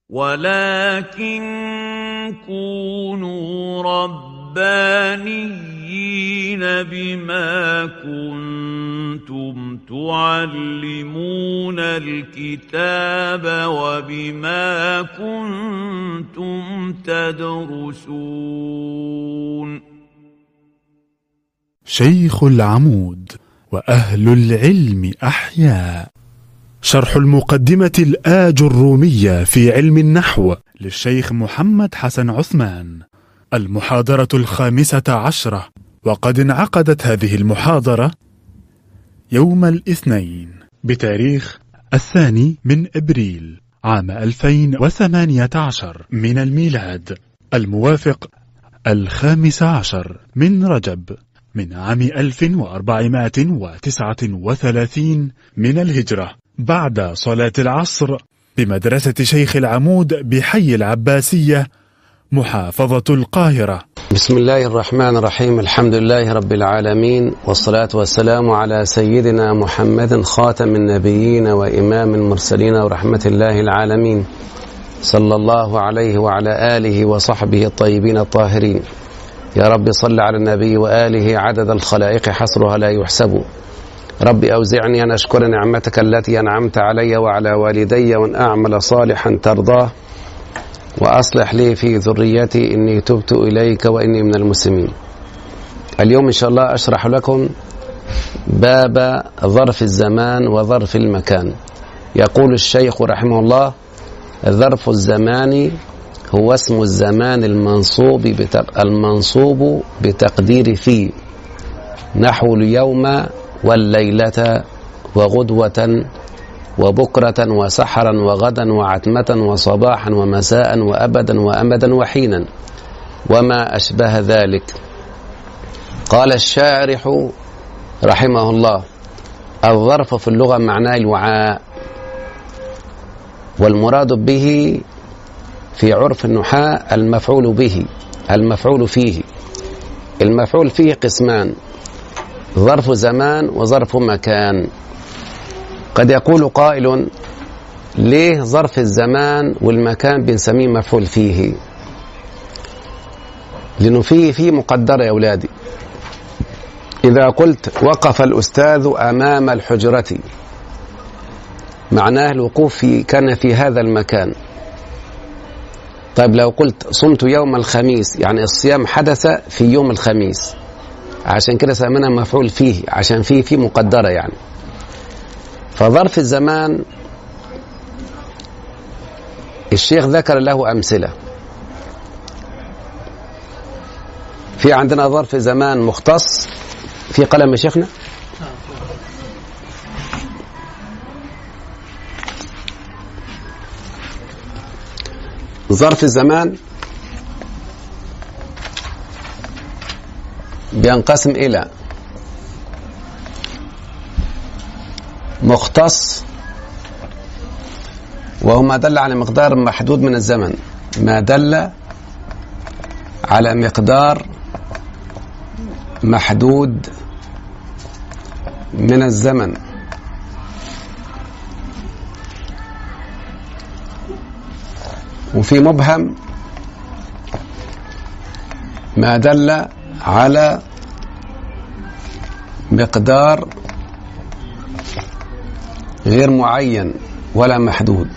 ولكن كونوا ربانيين بما كنتم تعلمون الكتاب وبما كنتم تدرسون. شيخ العمود وأهل العلم أحياء. شرح المقدمة الآج الرومية في علم النحو للشيخ محمد حسن عثمان. المحاضرة 15، وقد انعقدت هذه المحاضرة يوم الاثنين بتاريخ 2 أبريل عام 2018 من الميلاد، الموافق 15 من رجب من عام 1439 من الهجرة، بعد صلاة العصر بمدرسة شيخ العمود بحي العباسية، محافظة القاهرة. بسم الله الرحمن الرحيم. الحمد لله رب العالمين، والصلاة والسلام على سيدنا محمد خاتم النبيين وإمام المرسلين ورحمة الله العالمين، صلى الله عليه وعلى آله وصحبه الطيبين الطاهرين. يا رب صل على النبي وآله عدد الخلائق حصرها لا يحسب. رب أوزعني أن أشكر نعمتك التي أنعمت علي وعلى والدي، وأن أعمل صالحا ترضاه، وأصلح لي في ذريتي إني تبت إليك وإني من المسلمين. اليوم إن شاء الله أشرح لكم باب ظرف الزمان وظرف المكان. يقول الشيخ رحمه الله: ظرف الزمان هو اسم الزمان المنصوب بتقدير في، نحو اليوم والليلة وغدوة وبكرة وسحرا وغدا وعتمة وصباحا ومساء وأبدا وأمدا وحينا وما أشبه ذلك. قال الشارح رحمه الله: الظرف في اللغة معناه الوعاء، والمراد به في عرف النحاة المفعول به، المفعول فيه. المفعول فيه قسمان: ظرف زمان وظرف مكان. قد يقول قائل: ليه ظرف الزمان والمكان بنسميه مفعول فيه؟ لأنه فيه مقدرة يا أولادي. إذا قلت وقف الأستاذ أمام الحجرة، معناه الوقوف كان في هذا المكان. طيب لو قلت صمت يوم الخميس، يعني الصيام حدث في يوم الخميس، عشان كده سميناه مفعول فيه، عشان فيه مقدرة يعني. فظرف الزمان الشيخ ذكر له أمثلة. في عندنا ظرف زمان مختص. في قلم يا شيخنا؟ ظرف الزمان بينقسم إلى مختص، وهو ما دل على مقدار محدود من الزمن، ما دل على مقدار محدود من الزمن. وفي مبهم ما دل على مقدار غير معين ولا محدود.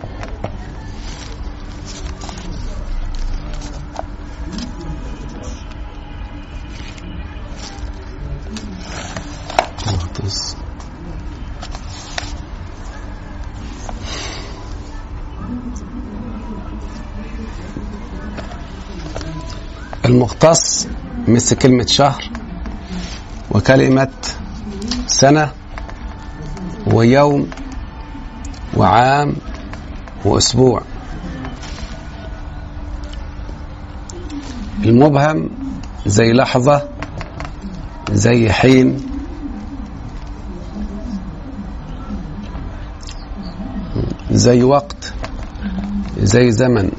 المختص مثل كلمة شهر وكلمة سنة ويوم وعام وأسبوع. المبهم زي لحظة، زي حين، زي وقت، زي زمن.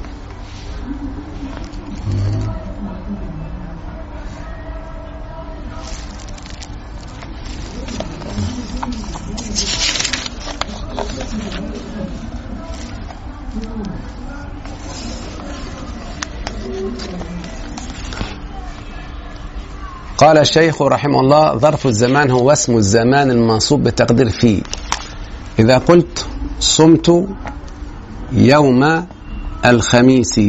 قال الشيخ رحمه الله: ظرف الزمان هو اسم الزمان المنصوب بتقدير فيه. إذا قلت صمت يوم الخميس،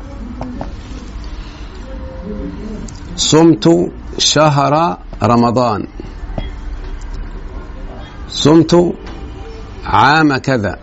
صمت شهر رمضان، صمت عام كذا.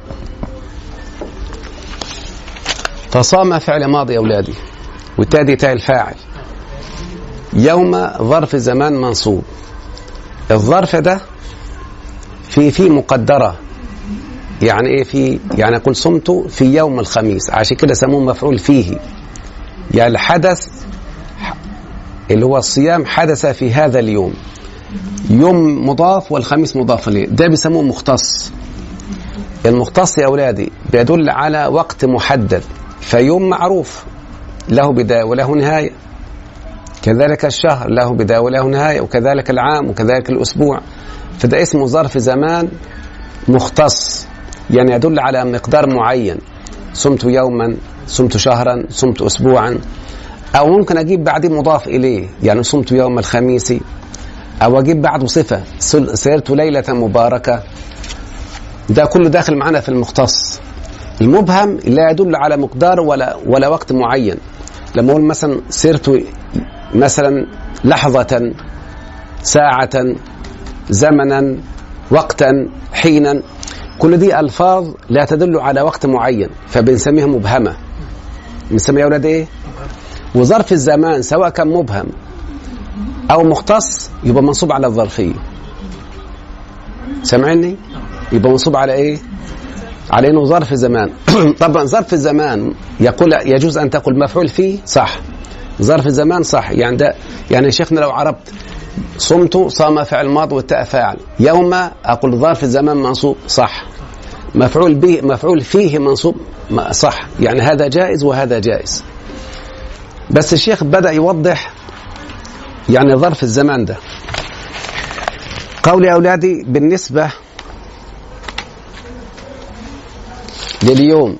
فصام فعل ماضي يا أولادي، والتاء تاء الفاعل. يوم ظرف زمان منصوب. الظرف ده في مقدرة. يعني ايه في؟ يعني اقول صمت في يوم الخميس، عشان كده سموه مفعول فيه. يعني الحدث اللي هو الصيام حدث في هذا اليوم. يوم مضاف والخميس مضاف اليه، ده بيسموه مختص. المختص يا أولادي بيدل على وقت محدد، فيوم معروف له بداية وله نهاية، كذلك الشهر له بداية وله نهاية، وكذلك العام، وكذلك الأسبوع. فده اسمه ظرف زمان مختص، يعني يدل على مقدار معين. صمت يوما، صمت شهرا، صمت أسبوعا. أو ممكن أجيب بعدين مضاف إليه، يعني صمت يوم الخميس، أو أجيب بعده صفة، سيرت ليلة مباركة. ده كله داخل معنا في المختص. المبهم لا يدل على مقدار ولا وقت معين. لما أقول مثلا سيرت مثلا لحظة، ساعة، زمنا، وقتا، حينا، كل دي ألفاظ لا تدل على وقت معين، فبنسميها مبهمة. بنسميها يا أولاد إيه؟ وظرف الزمان سواء كان مبهم أو مختص يبقى منصوب على الظرفية. سمعني؟ يبقى منصوب على إيه؟ على إنه ظرف زمان. طبعا ظرف الزمان يجوز أن تقول مفعول فيه، صح. ظرف الزمان صح. يعني ده يعني شيخنا لو عربت صمت، صام فعل ماضي والتاء فاعل. يوم أقول ظرف الزمان منصوب، صح. مفعول به مفعول فيه منصوب، صح. يعني هذا جائز وهذا جائز. بس الشيخ بدأ يوضح يعني ظرف الزمان ده. قولي يا أولادي بالنسبة لليوم،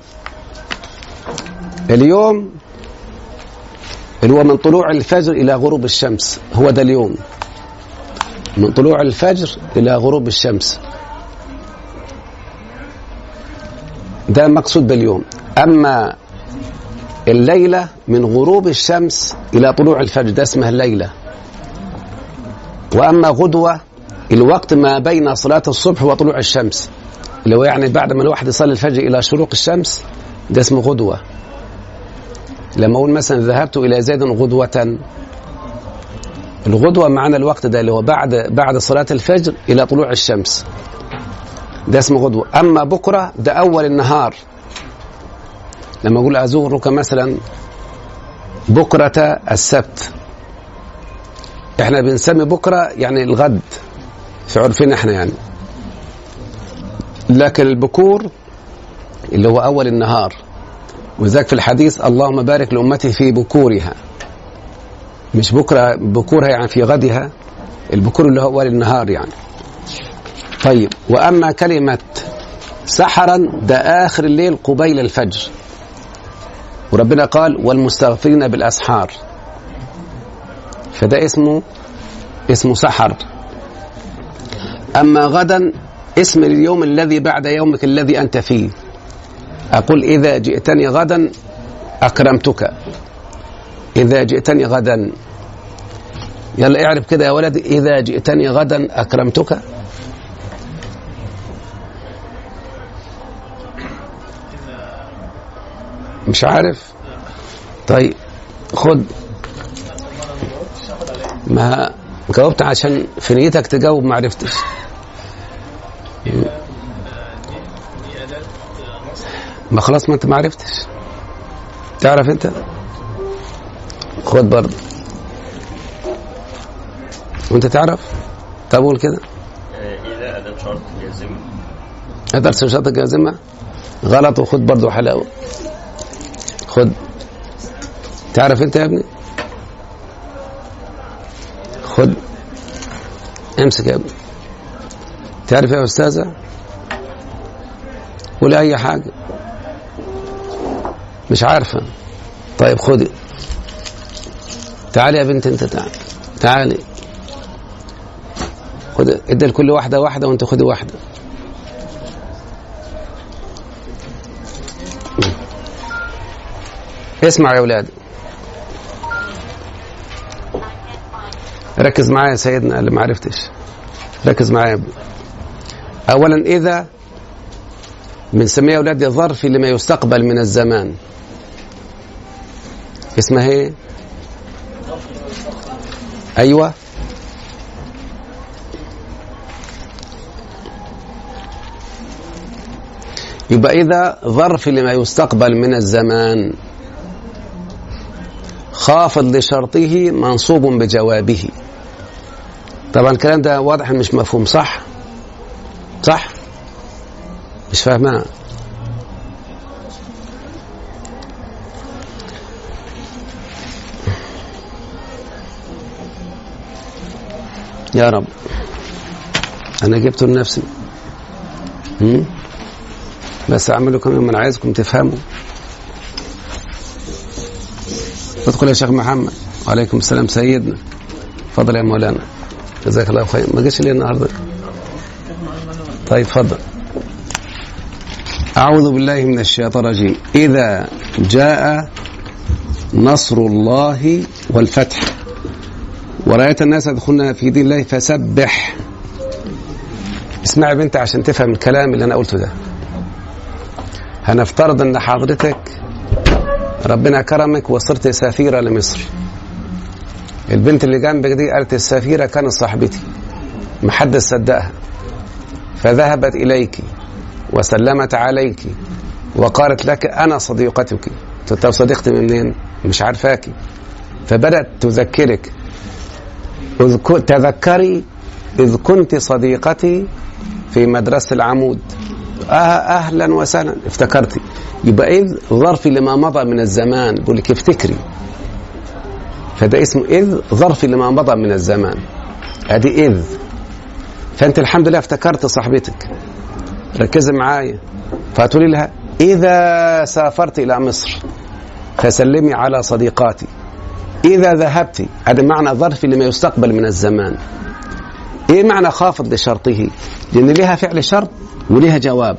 اليوم اللي هو من طلوع الفجر إلى غروب الشمس، هو ده اليوم. من طلوع الفجر إلى غروب الشمس، ده مقصود باليوم. أما الليلة من غروب الشمس إلى طلوع الفجر، ده اسمها الليلة. وأما غدوة الوقت ما بين صلاة الصبح وطلوع الشمس، اللي هو يعني بعد ما الواحد يصلي الفجر إلى شروق الشمس، ده اسمه غدوة. لما أقول مثلا ذهبت إلى زيد غدوة، الغدوة معنى الوقت ده اللي هو بعد صلاة الفجر إلى طلوع الشمس، ده اسمه غدوة. أما بكرة ده أول النهار. لما أقول أزورك مثلا بكرة السبت، إحنا بنسمي بكرة يعني الغد في عرفنا إحنا يعني. لكن البكور اللي هو أول النهار، وذاك في الحديث اللهم بارك لأمتي في بكورها، مش بكرة بكورها يعني في غدها، البكور اللي هو أول النهار يعني. طيب، وأما كلمة سحرا ده آخر الليل قبيل الفجر، وربنا قال والمستغفرين بالأسحار، فده اسمه سحر. أما غدا اسم اليوم الذي بعد يومك الذي أنت فيه. أقول إذا جئتني غدا أكرمتك، إذا جئتني غدا. يلا اعرف كده يا ولد، إذا جئتني غدا أكرمتك. مش عارف؟ طيب خد، ما جاوبت عشان في نيتك تجاوب، ما عرفتش. ما خلاص، ما انت ما عرفتش. تعرف انت؟ خد برضه وانت تعرف. طب قول كده. إذا أداة شرط جازمة. أداة شرط جازمة غلط. وخد برضه حلاوة. خد. تعرف انت يا ابني؟ خد امسك يا ابني. تعرف يا أستاذة؟ ولا أي حاجة مش عارفة. طيب خدي، تعالي يا بنت، انت تعالي. خد ادي لكل واحدة واحدة وانت خدي واحدة. اسمع يا أولاد، ركز معايا يا سيدنا اللي ما عرفتش، ركز معايا. أولا إذا بنسميها أولاد ظرف لما يستقبل من الزمان، اسمها ايه؟ أيوة يبقى إذا ظرف لما يستقبل من الزمان خافض لشرطه منصوب بجوابه. طبعا الكلام ده واضح مش مفهوم، صح؟ صح؟ مش فاهمها؟ يا رب أنا جبته لنفسي، بس أعمله كمان من عايزكم تفهموا. ادخل يا شيخ محمد. وعليكم السلام سيدنا، فضل يا مولانا، جزاك الله خير. ما جيش لي النهارده؟ طيب فضل. أعوذ بالله من الشيطان الرجيم. إذا جاء نصر الله والفتح ورأيت الناس يدخلون في دين الله فسبح. اسمعي بنت عشان تفهم الكلام اللي أنا قلته ده. هنفترض أن حضرتك ربنا كرمك وصرت سفيرة لمصر. البنت اللي جنبك دي قالت السفيرة كانت صاحبتي، محدش صدقها، فذهبت إليك وسلمت عليك وقالت لك أنا صديقتك. طب صديقتي منين؟ مش عارفاكي. فبدأت تذكرك، تذكري إذ كنت صديقتي في مدرسة العمود. أهلا وسهلا، افتكرتي. يبقى إذ ظرف لما مضى من الزمان، بقول لك افتكري، فده اسمه إذ ظرف لما مضى من الزمان. هذه إذ، فأنت الحمد لله افتكرت صاحبتك. ركز معايا، فتقولي لها إذا سافرت إلى مصر فسلمي على صديقاتي. إذا ذهبت، هذا معنى ظرف لما يستقبل من الزمان. إيه معنى خافض لشرطه؟ لأن لها فعل شرط ولها جواب.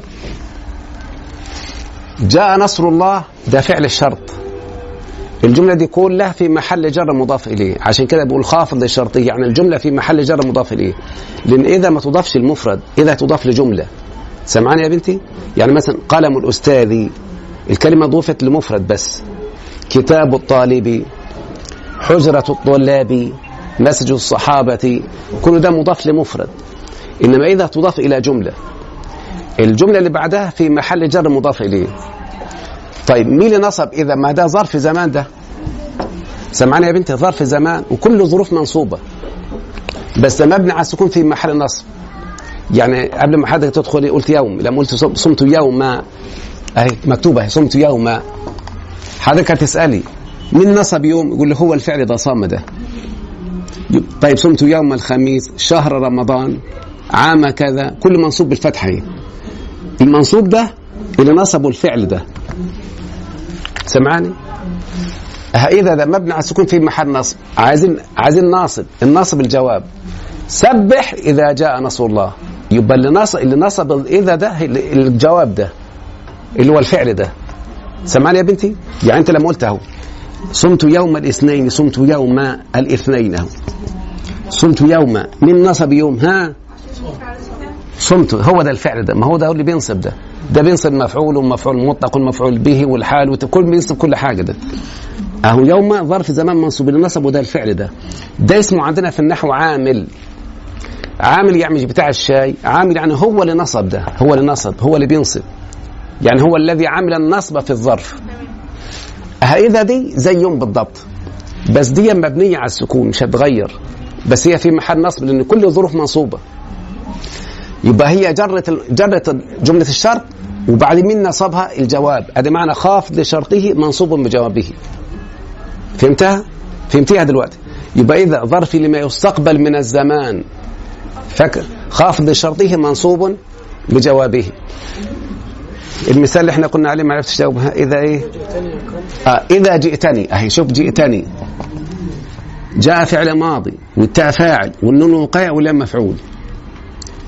جاء نصر الله ده فعل الشرط، الجملة دي كلها في محل جر مضاف إليه، عشان كده بقول خافض لشرطه، يعني الجملة في محل جر مضاف إليه. لأن إذا ما تضافش المفرد، إذا تضاف لجملة. سمعاني يا بنتي؟ يعني مثلا قلم الأستاذ، الكلمة ضوفت لمفرد بس. كتاب الطالب، حجرة الطلاب، مسجد الصحابة، كل ده مضاف لمفرد. إنما إذا تضاف إلى جملة، الجملة اللي بعدها في محل جر مضاف إليه. طيب مين اللي نصب إذا؟ ما ده ظرف زمان ده. سمعاني يا بنتي؟ ظرف زمان وكل ظروف منصوبة، بس مبني على السكون في محل نصب. يعني قبل ما حضرتك تدخلي قلت يوم، لما قلت صمت يوما، اهي مكتوبة صمت يوما، حضرتك هتسألي مين نصب يوم؟ يقول لي هو الفعل ده صام ده. طيب صمت يوم الخميس، شهر رمضان، عام كذا، كل منصوب بالفتحة. المنصوب ده اللي نصبه الفعل ده. سمعاني؟ إذا ده مبني على السكون في محل نصب، عايزين ناصب، الناصب الجواب. سبح إذا جاء نصر الله، يبقى اللي نصب إذا ده الجواب ده اللي هو الفعل ده. سمعاني يا بنتي؟ يعني أنت لما قلت اهو صمت يوم الاثنين، صمت يوم الاثنين، اهو صمت يوم، من نصب يوم؟ ها، صمت، هو ده الفعل ده. ما هو ده اللي بينصب ده بينصب مفعول ومفعول مطلق ومفعول به والحال وكل بينصب كل حاجة ده. اهو يوم ظرف زمان منصوب اللي نصب، وده الفعل ده اسمه عندنا في النحو عامل. عامل يعني مش بتاع الشاي، عامل يعني هو اللي نصب ده، هو اللي نصب، هو اللي بينصب، يعني هو الذي عمل النصب في الظرف. إذا دي زي يوم بالضبط، بس دي مبنية على السكون مش هتغير، بس هي في محل نصب لأن كل الظروف منصوبة. يبقى هي جرت جملة الشرط وبعد مين نصبها؟ الجواب. هذا معنى خافض لشرطه منصوب بجوابه. فهمتها دلوقتي؟ يبقى إذا ظرف لما يستقبل من الزمان، فكر خافض لشرطه منصوب بجوابه. المثال اللي احنا قلنا عليه ما عرفتش تجاوبها. إذا إيه؟ إذا جئتني، أهي شوف جئتني، جاء فعل ماضي والتاء فاعل والنون وقع واللام مفعول.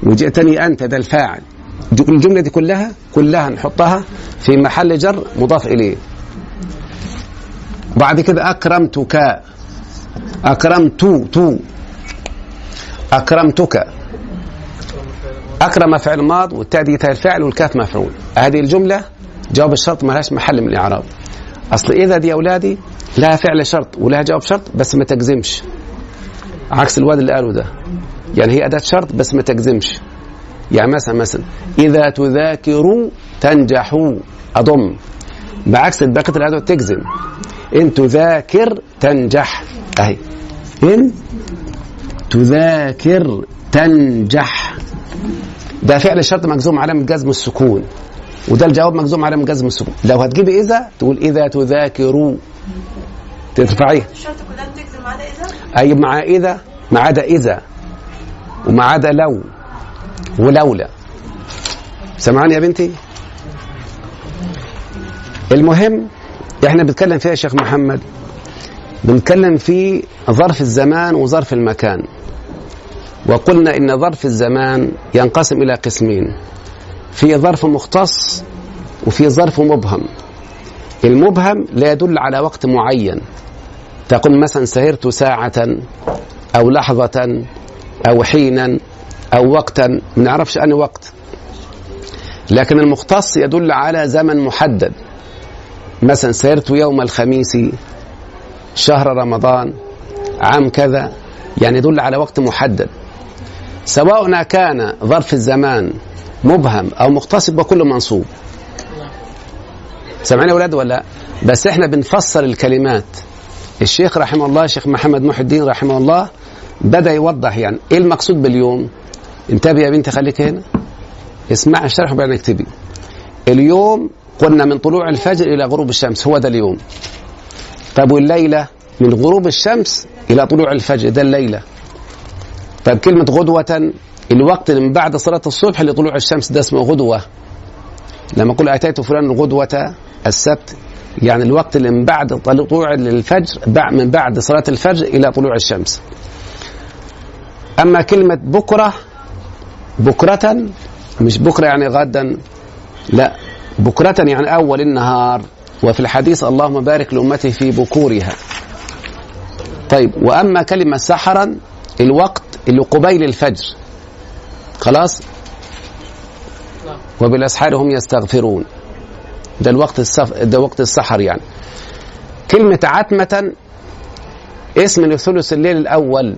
وجئتني أنت، ده الفاعل. الجملة دي كلها نحطها في محل جر مضاف إليه. بعد كده أكرمتك، أكرمتك. أكرم فعل ماض والتاء دي تاء الفاعل والكاف مفعول. هذه الجملة جواب الشرط ما لهاش محل من الإعراب. أصل إذا دي يا أولادي لها فعل شرط ولها جواب شرط بس ما تجزمش، عكس الواد اللي قاله ده. يعني هي أداة شرط بس ما تجزمش. يعني مثلا إذا تذاكروا تنجحوا أضم، بعكس الباقي الأداة تجزم. إن تذاكر تنجح، أهي إن تذاكر تنجح، ده فعل شرط مجزوم علامة جزم السكون، وده الجواب مجزوم علامة جزم السكون. لو هتجيبي إذا تقول إذا تذاكروا ترفعيه. الشرط كلها بتجزم ما عدا إذا؟ أي مع إذا، ما عدا إذا وما عدا لو ولولا. سمعاني يا بنتي؟ المهم احنا بنتكلم فيها يا شيخ محمد، بنتكلم في ظرف الزمان وظرف المكان. وقلنا إن ظرف الزمان ينقسم إلى قسمين، في ظرف مختص وفي ظرف مبهم. المبهم لا يدل على وقت معين، تقول مثلا سهرت ساعة أو لحظة أو حينا أو وقتا، ما نعرفش أنهي وقت. لكن المختص يدل على زمن محدد، مثلا سهرت يوم الخميس شهر رمضان عام كذا، يعني يدل على وقت محدد. سواء كان ظرف الزمان مبهم أو مختص بكل منصوب. سمعنا يا أولاد ولا؟ بس احنا بنفسر الكلمات. الشيخ رحمه الله، الشيخ محمد محي الدين رحمه الله، بدأ يوضح يعني ايه المقصود باليوم. انتبه يا بنتي، خليك هنا اسمع الشرح وبعدين اكتبي. اليوم قلنا من طلوع الفجر إلى غروب الشمس، هو ده اليوم. طب والليلة من غروب الشمس إلى طلوع الفجر، ده الليلة. طب كلمة غدوة الوقت اللي من بعد صلاة الصبح لطلوع الشمس، ده اسمه غدوة. لما أقول أتيت فلان غدوة السبت، يعني الوقت اللي من بعد طلوع الفجر، من بعد صلاة الفجر إلى طلوع الشمس. أما كلمة بكرة، بكرة مش بكرة يعني غدا، لا، بكرة يعني أول النهار. وفي الحديث اللهم بارك لأمتي في بكورها. طيب، وأما كلمة سحرا الوقت اللي قبيل الفجر، خلاص، وبالأسحار هم يستغفرون، ده الوقت ده وقت السحر يعني. كلمة عتمة اسم لثلث الليل الأول.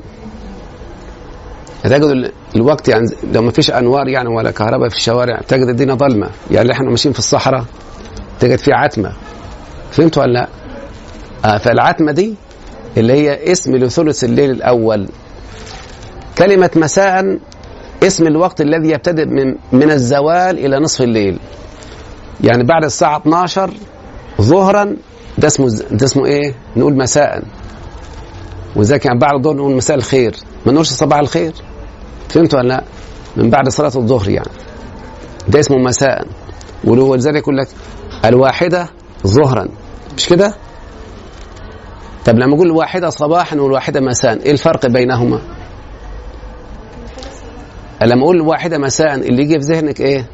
تجد الوقت يعني لو ما فيش أنوار يعني ولا كهرباء في الشوارع، تجد الدنيا ظلمة، يعني احنا ماشيين في الصحراء تجد فيه عتمة. فهمت ولا لا؟ فالعتمة دي اللي هي اسم لثلث الليل الأول. كلمة مساء اسم الوقت الذي يبتدئ من الزوال إلى نصف الليل، يعني بعد الساعة 12 ظهرا، ده اسمه ايه؟ نقول مساء. وذلك يعني بعد الظهر نقول مساء الخير، ما نقولش صباح الخير. فهمت ولا لا؟ من بعد صلاة الظهر يعني، ده اسمه مساء. ولذلك يقول لك الواحدة ظهرا، مش كده؟ طب لما اقول الواحدة صباحا والواحدة مساء، ايه الفرق بينهما؟ لما اقول الواحدة مساء اللي يجي في ذهنك ايه؟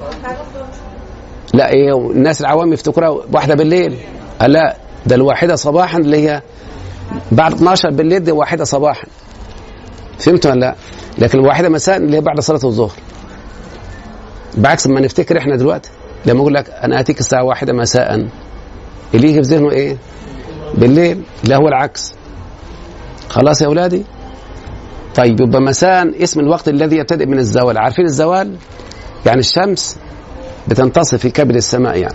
لا، ايه الناس العوام يفتكرها واحدة بالليل. لا، ده الواحدة صباحا اللي هي بعد 12 بالليل، دي واحدة صباحا. فهمت ولا لا؟ لكن الواحدة مساء اللي هي بعد صلاة الظهر. بعكس ما نفتكر احنا دلوقتي لما اقول لك انا اتيك الساعة 1 مساء، اللي يجي في ذهنه ايه؟ بالليل. لا، هو العكس. خلاص يا اولادي؟ طيب، يبقى مساء اسم الوقت الذي يبتدئ من الزوال. عارفين الزوال؟ يعني الشمس بتنتصف في كبد السماء يعني.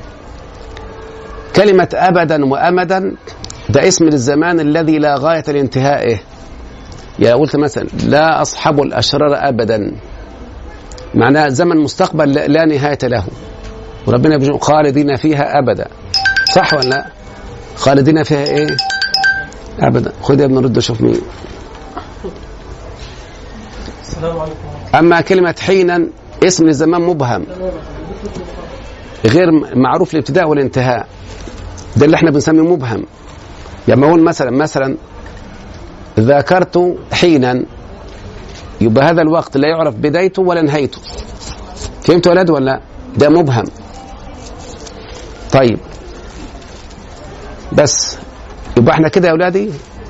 كلمة أبدا وأمدا ده اسم للزمان الذي لا غاية لانتهائه. يعني قلت مثلا لا أصحب الأشرار أبدا، معناه زمن مستقبل لا نهاية له، وربنا بيقول خالدين فيها أبدا. صح ولا لا؟ خالدين فيها إيه؟ أبدا. خذ يا ابن رد شوف مين. أما كلمة حينا اسم للزمان مبهم غير معروف الابتداء والانتهاء، ده اللي احنا بنسميه مبهم. لما اقول مثلا ذاكرت حينا، يبقى هذا الوقت لا يعرف بدايته ولا نهايته. فهمت يا ولاد ولا؟ ده مبهم. طيب بس يبقى احنا كده يا ولادي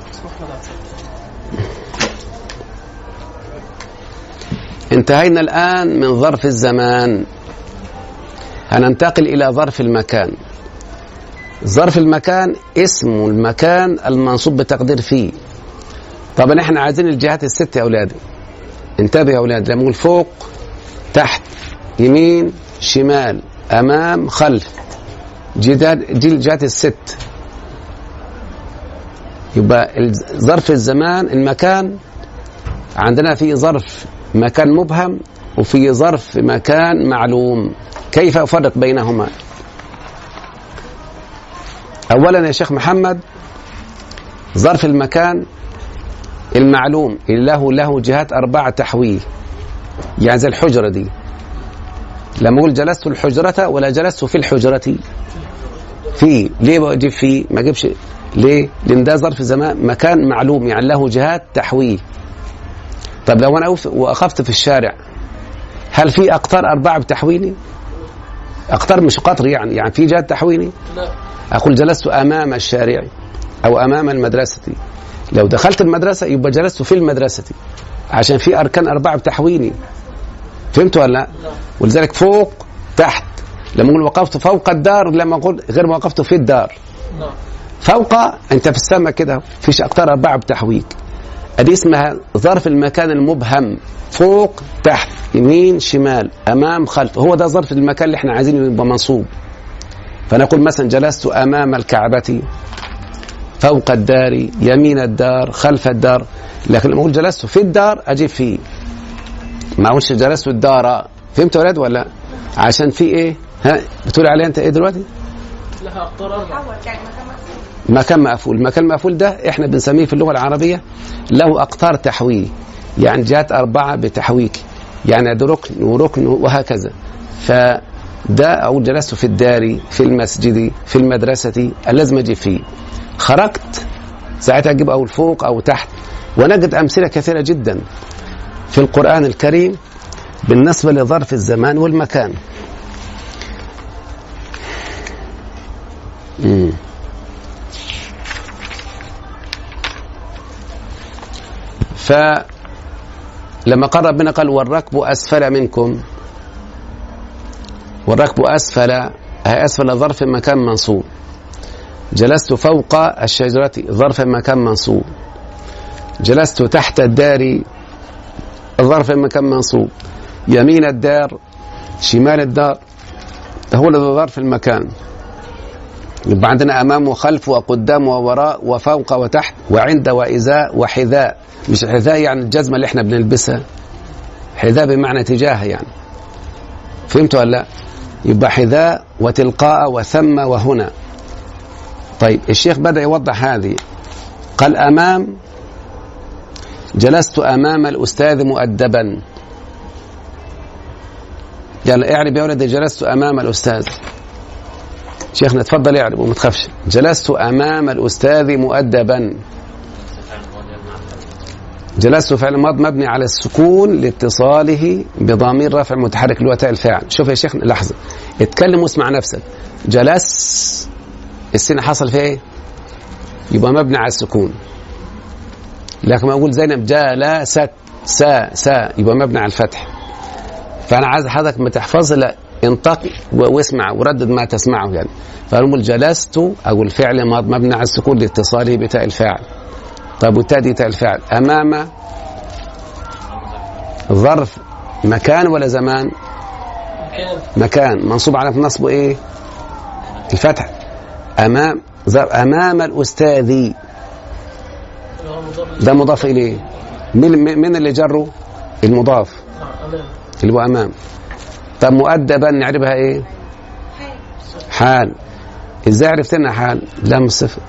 انتهينا الآن من ظرف الزمان، هننتقل إلى ظرف المكان. ظرف المكان اسم المكان المنصوب بتقدير فيه. طبعا احنا عايزين الجهات الست يا أولادي، انتبه يا أولاد، لما نقول فوق تحت يمين شمال أمام خلف، دي الجهات الست. يبقى ظرف الزمان المكان عندنا في ظرف مكان مبهم وفي ظرف مكان معلوم. كيف أفرق بينهما؟ أولا يا شيخ محمد، ظرف المكان المعلوم له جهات 4 تحويل، يعني زي الحجرة دي، لما أقول جلست الحجرة ولا جلست في الحجرة، في ليه بجيب فيه ما أجيبش ليه؟ لأن ده ظرف زمان مكان معلوم، يعني له جهات تحويل. طب لو أنا وقفت في الشارع، هل في أقطار 4 بتحويلي؟ أقطار مش قطر، يعني في جهات تحويلي؟ لا. أقول جلست أمام الشارع أو أمام المدرسة. لو دخلت المدرسة يبقى جلست في المدرسة، عشان في أركان 4 بتحويلي. فهمت ولا لا؟ ولذلك فوق تحت، لما أقول وقفت فوق الدار، لما أقول غير ما وقفت في الدار. فوق أنت في السماء كده، فيش أقطار 4 بتحويك. أدي اسمها ظرف المكان المبهم، فوق تحت يمين شمال أمام خلف، هو ده ظرف المكان اللي احنا عايزينه يبقى منصوب. فنقول مثلا جلست أمام الكعبة، فوق الدار، يمين الدار، خلف الدار. لكن لما أقول جلست في الدار أجيب فيه، ما أقولش جلست الدار. فهمت يا ولاد ولا؟ عشان في إيه؟ ها بتقول عليه أنت إيه دلوقتي؟ لها أقطار 4. مكان مقفول. المكان المقفول ده احنا بنسميه في اللغة العربية له أقطار تحويه، يعني جهات 4 بتحويك، يعني ده ركن وركن وهكذا. فده أقول جلست في الدار، في المسجد، في المدرسة، لازم أجيب فيه. خرجت ساعتها أجيب أو فوق أو تحت. ونجد أمثلة كثيرة جدا في القرآن الكريم بالنسبة لظرف الزمان والمكان. فلما قال ربنا قال والركب أسفل منكم، والركب أسفل، هي أسفل ظرف مكان منصوب. جلست فوق الشجرة ظرف مكان منصوب. جلست تحت الدار ظرف مكان منصوب. يمين الدار شمال الدار، هو ظرف المكان. يبقى عندنا أمام وخلف وقدام ووراء وفوق وتحت وعند وإزاء وحذاء. مش حذاء يعني الجزمة اللي احنا بنلبسها، حذاء بمعنى تجاه يعني. فهمتوا ولا لا؟ يبقى حذاء وتلقاء وثم وهنا. طيب الشيخ بدأ يوضح هذه، قال أمام، جلست أمام الأستاذ مؤدبا. يلا اعرب يا ولد، جلست أمام الأستاذ. شيخنا تفضل اعرب وما تخافش. جلست أمام الأستاذ مؤدبا. جلست فعل ماض مبني على السكون لاتصاله بضمير رفع متحرك اللي هو تاء الفاعل. شوف يا شيخنا لحظة، اتكلم واسمع نفسك. جلس السين حصل فيه ايه؟ يبقى مبني على السكون. لكن ما اقول زينب جلست سا يبقى مبني على الفتح. فانا عايز حضرتك ما تحفظ، لا انطق واسمع وردد ما تسمعه يعني. فنقول جلست، اقول فعل ماض مبني على السكون لاتصاله بتاء الفاعل. طيب والتاء دي تاء الفاعل. امام ظرف مكان ولا زمان؟ مكان منصوب على نصبه ايه؟ الفتح. امام الاستاذ ده مضاف اليه. من اللي جره؟ المضاف اللي هو امام. طب مؤدبا نعرفها ايه؟ حال. ازاي عرفت انها حال؟ لام الصفر.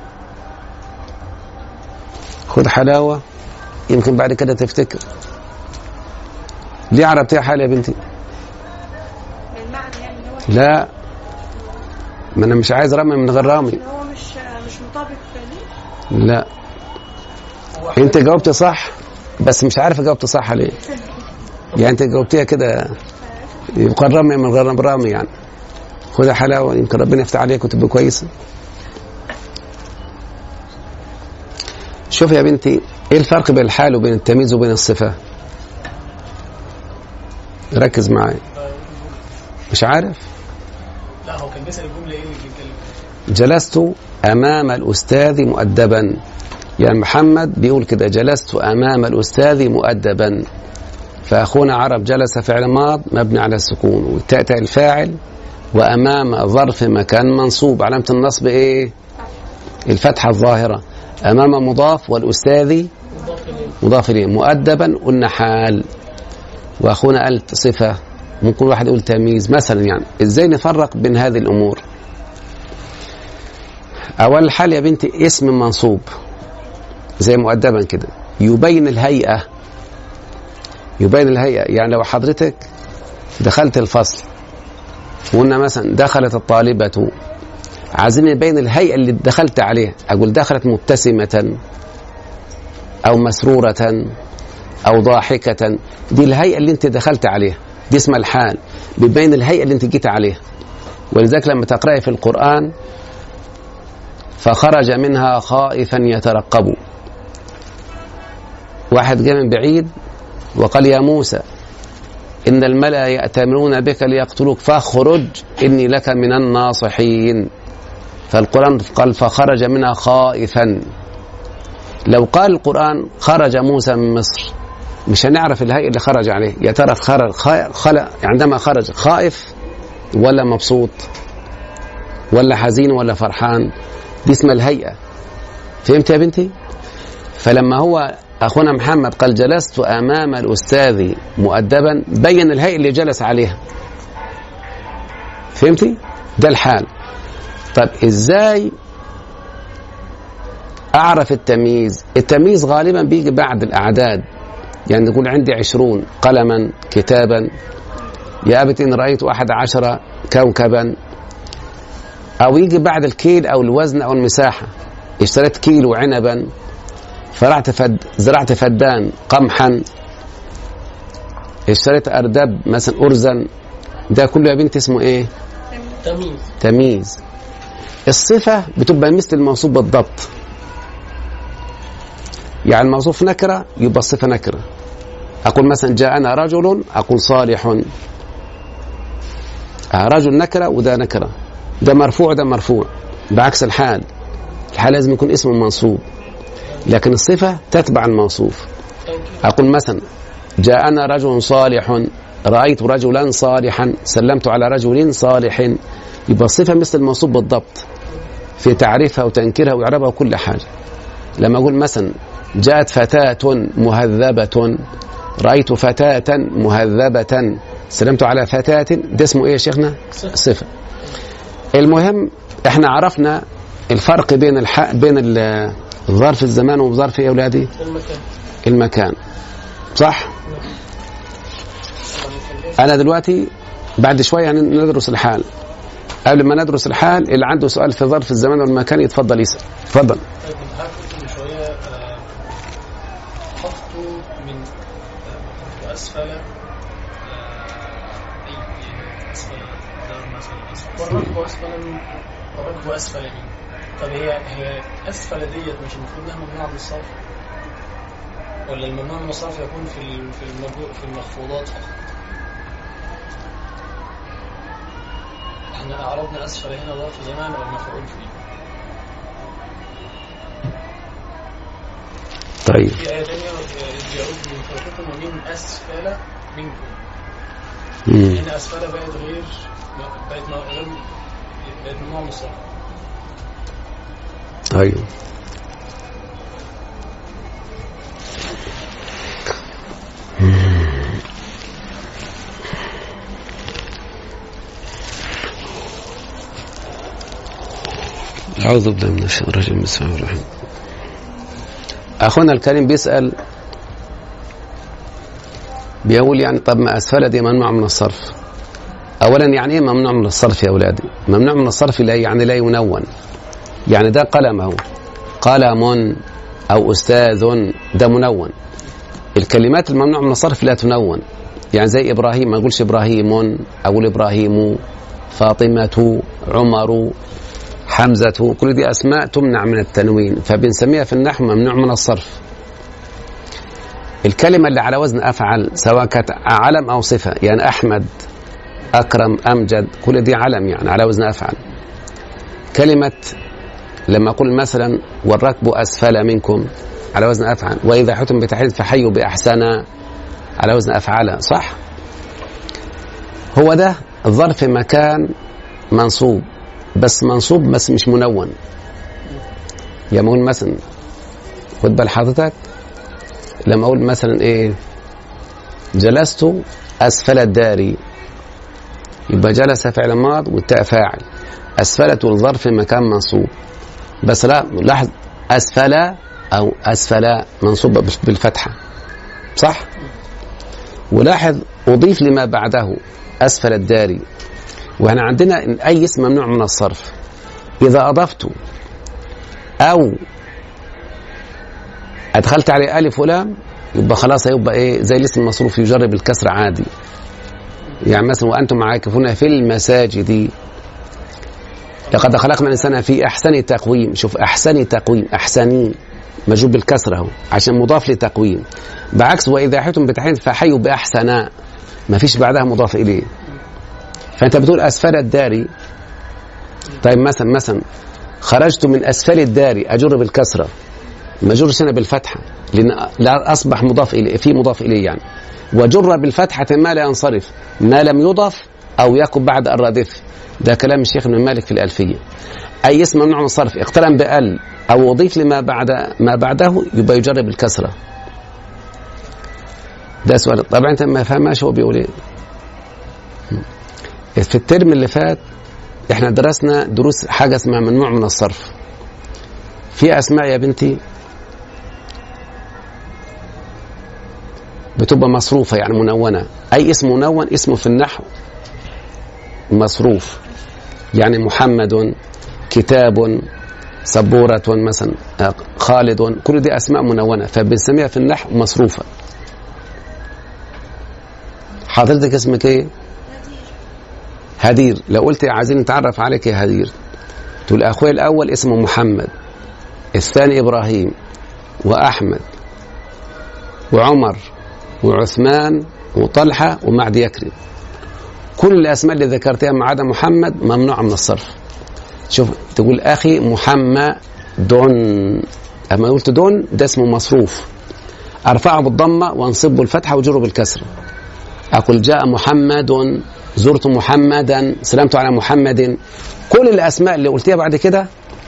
خد حلاوه يمكن بعد كده تفتكر. ليه عرفتيها حال يا بنتي؟ لا، ما انا مش عايز رمي من غير رامي. هو مش مطابق فعلي. لا انت جاوبت صح، بس مش عارف جاوبت صح ليه. يعني انت جاوبتيها كده يبقى الرمي من غير رمي يعني. خدها حلاوه يمكن ربنا يفتح عليك وتبقى كويسه. شوف يا بنتي ايه الفرق بين الحال وبين التمييز وبين الصفه؟ ركز معايا. مش عارف؟ لا هو كان بيسأل الجمله ايه اللي بيتكلم؟ جلست امام الاستاذ مؤدبا. يعني محمد بيقول كده جلست امام الاستاذ مؤدبا. فاخونا عرب جلس فعل ماض مبني على السكون وتأتى الفاعل وامام ظرف مكان منصوب علامه النصب ايه؟ الفتحه الظاهره. امام مضاف والاستاذ مضاف اليه. مؤدبا قلنا حال واخونا قالت صفه. ممكن واحد يقول تمييز مثلا. يعني ازاي نفرق بين هذه الامور؟ اول حال يا بنتي اسم منصوب زي مؤدبا كده يبين الهيئه. يبين الهيئه يعني لو حضرتك دخلت الفصل وقلنا مثلا دخلت الطالبه، عايزين نبين الهيئه اللي دخلت عليها. اقول دخلت مبتسمه او مسروره او ضاحكه. دي الهيئه اللي انت دخلت عليها، دي اسمها الحال، بيبين الهيئه اللي انت جيت عليها. ولذلك لما تقرأي في القرآن فخرج منها خائفا يترقب. واحد جاء من بعيد وقال يا موسى إن الملأ يأتمرون بك ليقتلوك فاخرج إني لك من الناصحين. فالقرآن قال فخرج منها خائفا. لو قال القرآن خرج موسى من مصر مش هنعرف الهيئة اللي خرج عليه. يا ترى خرج عندما خرج خائف ولا مبسوط ولا حزين ولا فرحان؟ دي اسمها الهيئة. فهمت يا بنتي؟ فلما هو أخونا محمد قال جلست أمام الأستاذ مؤدبا بين الهيئة اللي جلس عليها. فهمتي؟ ده الحال. طب إزاي أعرف التمييز؟ التمييز غالبا بيجي بعد الأعداد. يعني نقول عندي 20 قلما كتابا. يا أبت إن رأيت 11 كوكبا. أو يجي بعد الكيل أو الوزن أو المساحة. اشتريت كيلو عنبا زرعت فدان قمحا. اشتريت أردب مثلا أرزا. ده كله يا بنت اسمه إيه؟ تمييز. الصفة بتبقى مثل الموصوف بالضبط. يعني الموصوف نكرة يبقى الصفة نكرة. أقول مثلا جاءنا رجل أقول صالح. رجل نكرة وده نكرة. ده مرفوع ده مرفوع. بعكس الحال لازم يكون اسم منصوب لكن الصفة تتبع الموصوف. أقول مثلا جاءنا رجل صالح رأيت رجلا صالحا سلمت على رجل صالح. يبقى الصفة مثل الموصوف بالضبط في تعريفها وتنكيرها وإعرابها وكل حاجة. لما أقول مثلا جاءت فتاة مهذبة رأيت فتاة مهذبة سلمت على فتاة. ده اسمه إيه يا شيخنا؟ صفة. المهم احنا عرفنا الفرق بين بين الظرف الزمان وظرف ايه يا اولادي؟ المكان. صح؟ انا دلوقتي بعد شويه ندرس الحال. قبل ما ندرس الحال اللي عنده سؤال في ظرف الزمان والمكان يتفضل يسأل. اتفضل. شويه خفت من اسفل اسفل مثلا والركب اسفل يمين. طب هي اسفل ديت مش المفروض انها ممنوعه من الصرف؟ ولا الممنوع من الصرف يكون في المخفوضات فقط؟ احنا اعرضنا اسفل هنا ظرف زمان ولا مفعول فيه؟ طيب في آية تانية يعود من فوقكم ومن أسفل منكم. هنا أسفل بقت غير ممنوع من الصرف. طيب أعوذ بالله من الشيطان الرجيم. بسم الله الرحمن الرحيم. أخونا الكريم بيسأل بيقول يعني طب ما أسفل دي ممنوع من الصرف. أولا يعني إيه ممنوع من الصرف يا أولادي؟ ممنوع من الصرف يعني لا ينون. يعني ده قلم أهو قلم أو أستاذ ده منون. الكلمات الممنوع من الصرف لا تنون، يعني زي إبراهيم ما أقولش إبراهيم، أقول إبراهيم، فاطمة، عمر، حمزة، كل دي أسماء تمنع من التنوين، فبنسميها في النحو ممنوع من الصرف. الكلمة اللي على وزن أفعل سواء كانت علم أو صفة، يعني أحمد، أكرم، أمجد، كل دي علم يعني على وزن أفعل. كلمة لما أقول مثلا والركب أسفل منكم على وزن أفعل، وإذا حتم بتحية فحيوا بأحسن على وزن أفعل، صح؟ هو ده الظرف مكان منصوب، بس منصوب بس مش منون. يعني أقول مثلا خد بال حضرتك لما أقول مثلا إيه جلست أسفل الدار، يبقى جلس فعل ماض والتاء فاعل، أسفلت الظرف مكان منصوب، بس لا لاحظ أسفل أو أسفل منصوب بالفتحة، صح؟ ولاحظ أضيف لما بعده أسفل الدار، وهنا عندنا أي اسم ممنوع من الصرف إذا أضفته أو أدخلت عليه ألف ولام يبقى خلاص هيبقى إيه زي الاسم المصروف يجر بالكسر عادي. يعني مثلا وأنتم عاكفون في المساجد، لقد خلقنا الإنسان في أحسن تقويم، شوف أحسن تقويم، أحسني مجوب بالكسر اهو عشان مضاف لتقويم، بعكس وإذا حيتم بتحية فحيوا بأحسن ما فيش بعدها مضاف إليه. فأنت بتقول أسفل الدار، طيب مثلا خرجت من أسفل الدار أجر بالكسرة، ما جرش هنا بالفتحة لأن لا أصبح مضاف إليه، في مضاف إليه يعني، وجر بالفتحة ما لا ينصرف ما لم يضف أو يقب بعد الرادف. ده كلام الشيخ ابن مالك في الألفية. أي اسم ممنوع من الصرف اقترن بأل أو أضيف لما ما بعده يبقى يجر بالكسرة. ده سؤال. طبعا أنت ما فهماش هو بيقول إيه. في الترم اللي فات إحنا درسنا دروس حاجة اسمها ممنوع من الصرف. في أسماء يا بنتي بتبقى مصروفة يعني منونة. أي اسم منون اسمه في النحو مصروف، يعني محمد، كتاب، سبورة مثلا، خالد، كل دي أسماء منونة فبنسميها في النحو مصروفة. حضرتك اسمك ايه؟ هدير. لو قلت عايزين نتعرف عليك يا هدير تقول أخوي الأول اسمه محمد، الثاني إبراهيم وأحمد وعمر وعثمان وطلحة ومعد يكرم. كل الأسماء اللي ذكرتها ما عدا محمد ممنوعة من الصرف. شوف تقول أخي محمد دون، أما قلت دون ده اسمه مصروف، أرفعه بالضمة وانصبه الفتحة وجره بالكسر. أقول جاء محمد، زرت محمدا، سلمت على محمد. كل الأسماء اللي قلتها بعد كده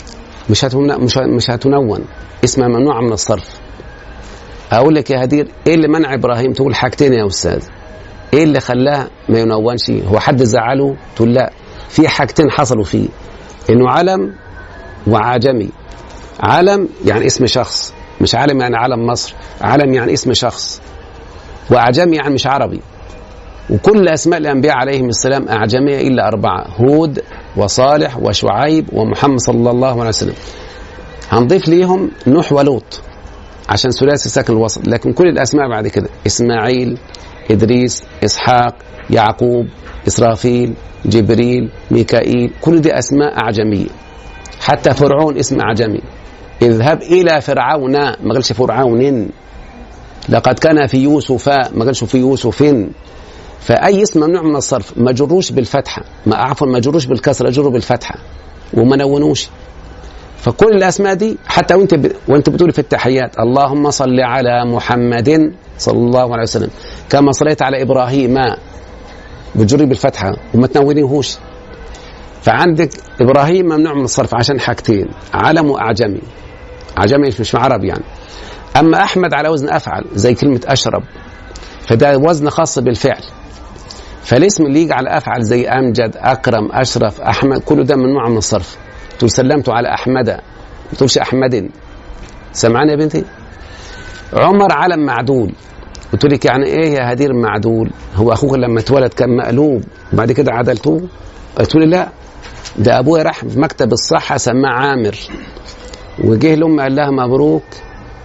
مش هتنون، اسمها ممنوعة من الصرف. أقول لك يا هدير إيه اللي منع إبراهيم؟ تقول حاجتين يا أستاذ. إيه اللي خلاه ما ينونش؟ هو حد زعله؟ تقول لا، في حاجتين حصلوا فيه، إنه علم وعجمي. علم يعني اسم شخص، مش علم يعني علم مصر، علم يعني اسم شخص، وأعجمي يعني مش عربي. وكل أسماء الأنبياء عليهم السلام أعجمية إلا 4: هود وصالح وشعيب ومحمد صلى الله عليه وسلم. هنضيف ليهم نوح ولوط عشان ثلاثي ساكن الوسط، لكن كل الأسماء بعد كده إسماعيل، إدريس، إسحاق، يعقوب، إسرافيل، جبريل، ميكائيل، كل دي أسماء أعجمية. حتى فرعون اسم أعجمي. اذهب إلى فرعون، ما قالش فرعون. لقد كان في يوسف، ما قالش في يوسف. فأي اسم ممنوع من الصرف ما جروش بالفتحة، ما جروش بالكسرة، جروا بالفتحة وما نونوش. فكل الأسماء دي حتى وانت بتقول في التحيات اللهم صل على محمد صلى الله عليه وسلم كما صليت على إبراهيم، بتجري بالفتحة وما تنونيهوش. فعندك إبراهيم ممنوع من الصرف عشان حاجتين: علم وأعجمي. أعجمي مش عربي يعني. أما أحمد على وزن أفعل زي كلمة أشرب، فده وزن خاص بالفعل. فالاسم اللي يجي على أفعل زي أمجد، أكرم، أشرف، أحمد، كل ده ممنوع من الصرف. تقول سلمت على أحمد، ما تقولش أحمد. سمعاني يا بنتي؟ عمر علم معدول. قلت لك يعني إيه يا هدير معدول؟ هو أخوك لما اتولد كان مقلوب وبعد كده عدلتوه؟ قلت لي لا، ده أبويا راح في مكتب الصحة سماه عامر، وجه لأمي قال لها مبروك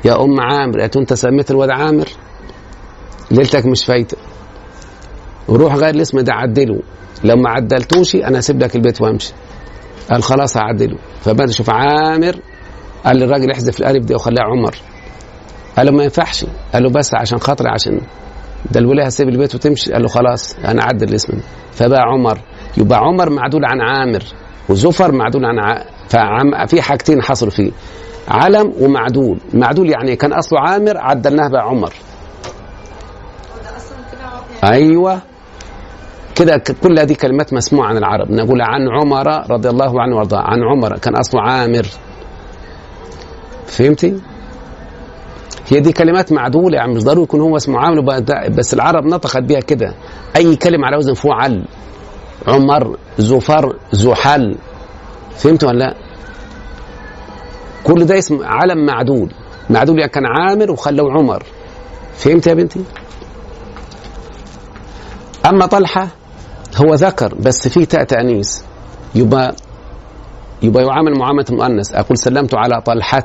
يا أم عامر أنت سميت الواد عامر، ليلتك مش فايتة، وروح غير الاسم ده عدله، لو ما عدلتوش أنا أسيب لك البيت وأمشي. قال خلاص هعدله. فبدأ يشوف عامر، قال للراجل احذف الألف دي وخليها عمر. قال له ما ينفعش. قال له بس عشان خاطري، عشان ده الولاية هسيب البيت وتمشي. قال له خلاص أنا أعدل الاسم ده. فبقى عمر. يبقى عمر معدول عن عامر، وزفر معدول عن في حاجتين حصلوا فيه، علم ومعدول. معدول يعني كان أصله عامر عدلناه بقى عمر. أيوة كده. كل هذه كلمات مسموعة عن العرب. نقول عن عمر رضي الله عنه وارضاه، عن عمر كان أصله عامر. فهمتي؟ هي دي كلمات معدولة، يعني مش ضروري يكون هو اسمه عامر، بس العرب نطقت بها كده. أي كلمة على وزن فعل، عمر، زفر، زحل. فهمتوا ولا لا؟ كل ده اسم علم معدول. معدول يعني كان عامر وخلوه عمر. فهمت يا بنتي؟ أما طلحة هو ذكر بس فيه تاء تأنيث، يبقى يعامل معاملة المؤنث. أقول سلمت على طلحة.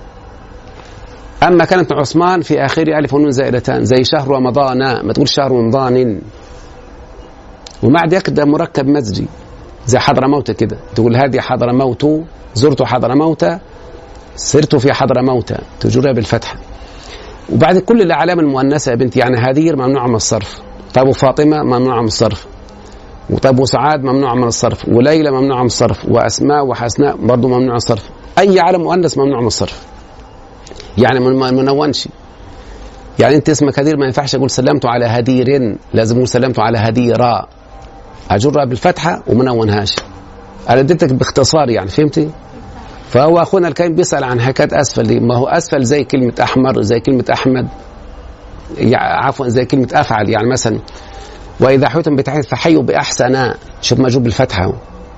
أما كانت عثمان في آخر ألف ونون زائدتان، زي شهر رمضان، ما تقول شهر رمضان. ومع ذلك ده مركب مزجي، زي حضرموت كده، تقول هذه حضرموت، زرت حضرموت، سرت في حضرموت، تجرها بالفتحة. وبعد كل الأعلام المؤنثة يا بنتي، يعني هدير ممنوع من الصرف، طب وفاطمة ممنوع من الصرف، وطب وسعاد ممنوع من الصرف، وليلى ممنوع من الصرف، وأسماء وحسناء برضو ممنوع من الصرف. أي علم مؤنث ممنوع من الصرف، يعني ما منونش. يعني أنت اسمك هدير ما ينفعش أقول سلمت على هدير، لازم أقول سلمت على هديرا، أجرها بالفتحة ومنونهاش. أنا اديتك باختصار يعني. فهمتي؟ فهو أخونا الكريم بيسأل عن حكاية أسفل دي. ما هو أسفل زي كلمة أحمر، زي كلمة أحمد، عفوا زي كلمة أفعل. يعني مثلا وإذا حيتم بتحية فحيوا بأحسن، شوف مجوب بالفتحة.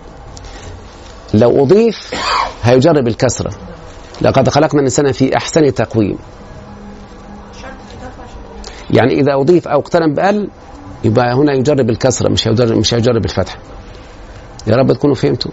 لو أضيف هيجرب الكسرة، لقد خلقنا الإنسان في أحسن تقويم. يعني إذا أضيف أو اقترن بأل يبقى هنا يجرب الكسرة، مش هيجرب الفتحة. يا رب تكونوا فهمتوا.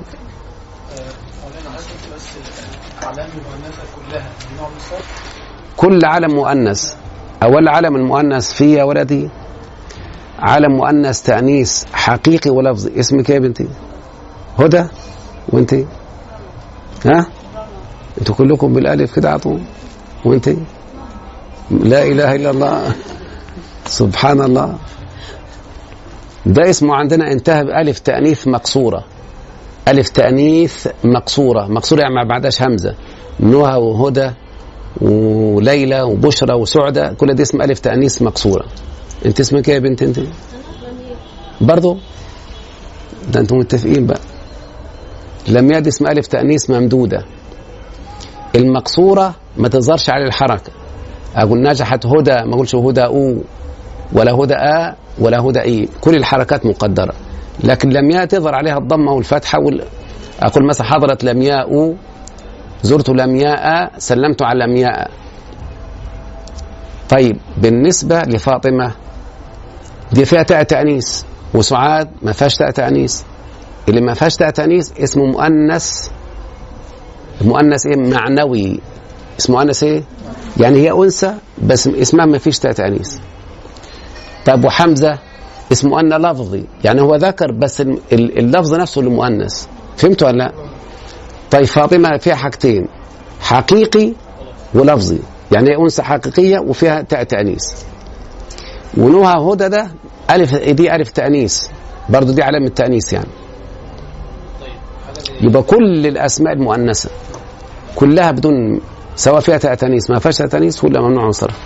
كل علم مؤنث، أول علم المؤنث فيه يا ولدي علم مؤنث تأنيث حقيقي ولفظي. اسمك يا بنتي؟ هدى. وانتي؟ ها؟ انتوا كلكم بالالف كده عطوا. وانتي؟ لا اله الا الله، سبحان الله. ده اسمه عندنا انتهى بألف تأنيث مقصورة. ألف تأنيث مقصورة. مقصورة يعني ما بعدهاش همزة. نهى وهدى وليلى وبشرى وسعدة، كل دي اسم ألف تأنيث مقصورة. انت اسمك ايه يا بنت انت؟ برضو ده انتم متفقين بقى. لم يد اسم ألف تأنيث ممدودة. المقصورة ما تظهرش على الحركة. أقول نجحت هدى، ما أقولش هدى أو ولا هدى أ ولا هدى إي، كل الحركات مقدرة. لكن لم تظهر عليها الضمة والفتحة أقول مثلا حضرت لمياء، زرت لمياء، سلمت على لمياء. طيب بالنسبة لفاطمة دي فيها تاء تأنيث، وسعاد ما فيهاش تاء تأنيث. اللي ما فيهاش تاء تأنيث اسمه مؤنث. مؤنث ايه؟ معنوي. اسمه مؤنث ايه؟ يعني هي أنثى بس اسمها ما فيش تاء تأنيث. طب وحمزة اسمه مؤنث لفظي، يعني هو ذكر بس اللفظ نفسه المؤنث. فهمتوا ولا لا؟ طيب فاطمة فيها حاجتين، حقيقي ولفظي، يعني هي أنثى حقيقية وفيها تاء تأنيث. ونوها هدى ده ألف، دي ألف تأنيث برضو، دي علامة تأنيث يعني. يبقى كل الأسماء المؤنثة كلها بدون، سواء فيها تاء تأنيث ما فيهاش تاء تأنيث، كلها ممنوع من صرف.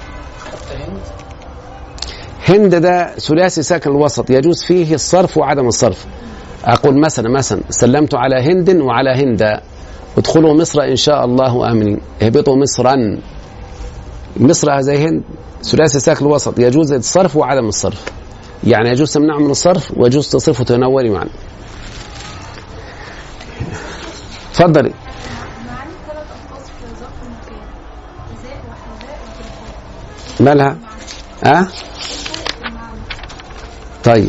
هند ده ثلاثي ساكن الوسط، يجوز فيه الصرف وعدم الصرف. أقول مثلا سلمت على هند وعلى هند، ادخلوا مصر إن شاء الله آمنين، اهبطوا مصرا. مصر زي هند ثلاثي ساكن الوسط، يجوز الصرف وعدم الصرف. يعني يجوز تمنع من الصرف ويجوز تصرف وتنوري معنا. تفضلي. مالها؟ طيب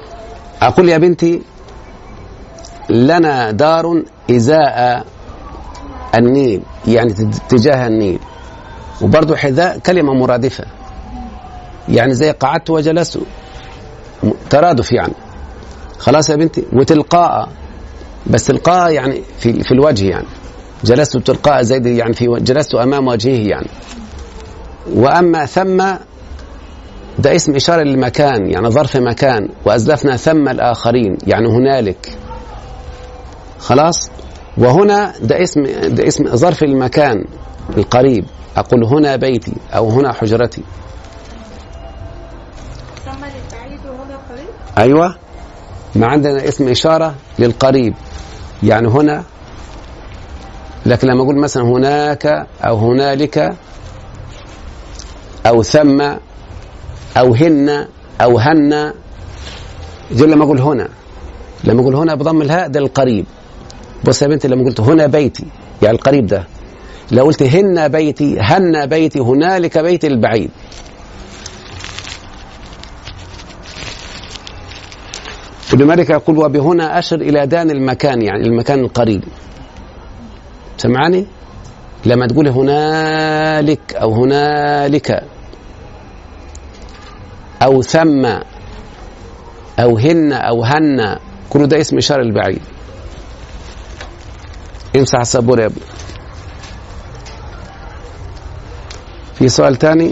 أقول يا بنتي لنا دار إزاء النيل يعني تجاه النيل. وبرضو حذاء كلمة مرادفة، يعني زي قعدت وجلست، ترادف يعني. خلاص يا بنتي. وتلقاء، بس تلقاء يعني في الوجه، يعني جلست تلقاء زيد يعني جلست أمام وجهه يعني. وأما ثم ده اسم إشارة للمكان، يعني ظرف مكان. وأزلفنا ثم الآخرين يعني هنالك. خلاص. وهنا ده اسم ظرف المكان القريب، أقول هنا بيتي أو هنا حجرتي. ثم للبعيد وهنا قريب. أيوة، ما عندنا اسم إشارة للقريب يعني هنا. لكن لما أقول مثلا هناك أو هنالك أو ثم أو هن أو هن، جل لما أقول هنا، لما أقول هنا بضم الهاء ده القريب. بص يا بنتي، لما قلت هنا بيتي يعني القريب ده. لو قلت هن بيتي، هن بيتي، هنالك بيتي البعيد. ابن مالك يقول وبهنا أشر إلى دان المكان يعني المكان القريب. سمعني؟ لما تقول هنالك أو هنالك أو ثم أو هن أو هن، كل ده اسم إشارة للبعيد. امسح السبورة يا ابني. في سؤال تاني؟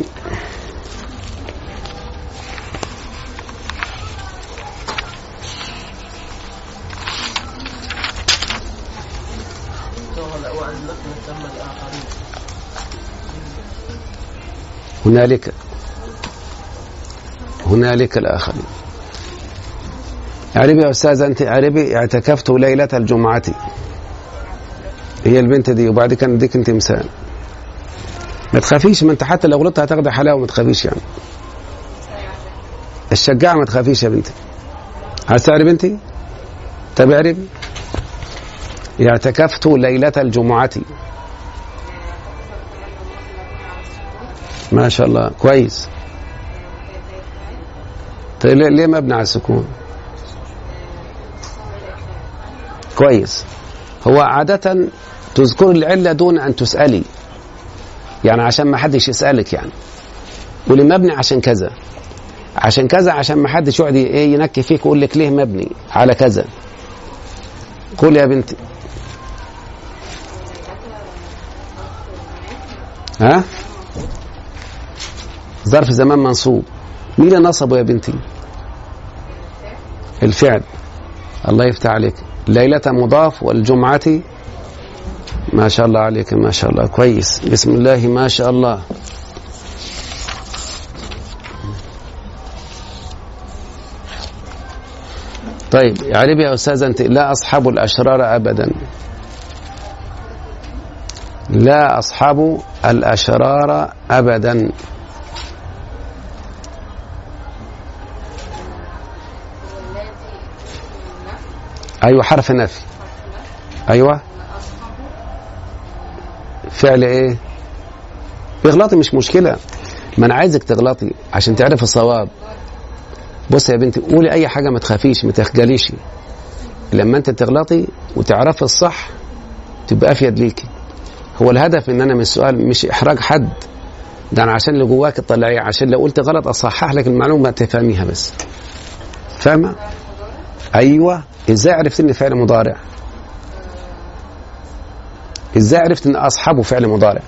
هنالك الآخرين. عربي يا أستاذ، أنت عربي. اعتكفت ليلة الجمعة، هي البنت دي. وبعد كان اديك انت مثال. ما تخافيش، ما انت حتى لو غلطت هتاخدي حلاوه، ما تخافيش يعني. الشجاعه ما تخافيش يا بنتي. عايز تعرف انت؟ طب اعربي. اعتكفت ليله الجمعه. ما شاء الله كويس. طيب ليه مبني على السكون؟ كويس. هو عادة تذكر العلة دون أن تسألي، يعني عشان ما حدش يسألك يعني. قولي مبني عشان كذا، عشان كذا، عشان ما حدش يقعد ينكي فيك ويقول لك ليه مبني على كذا. قول يا بنتي. ها؟ ظرف زمان منصوب. مين اللي نصبه يا بنتي؟ الفعل. الله يفتح عليك. ليلة مضاف والجمعة. ما شاء الله عليك، ما شاء الله كويس. بسم الله ما شاء الله. طيب عربي يا أستاذ أنت. لا أصحاب الأشرار أبدا. لا أصحاب الأشرار أبدا. أيوة حرف نفي. أيوة فعل إيه؟ اغلطي مش مشكلة، ما أنا عايزك تغلطي عشان تعرف الصواب. بص يا بنتي، قولي أي حاجة، ما تخافيش ما تخجليش. لما أنت تغلطي وتعرفي الصح تبقى أفيد ليكي. هو الهدف إن أنا من السؤال مش إحراج حد، ده أنا عشان اللي جواك تطلعيه، عشان لو قلت غلط أصحح لك المعلومة تفهميها بس. فاهمة؟ أيوة. إزاي عرفت إن فعل مضارع؟ إزاي عرفت إن أصحابه فعل مضارع؟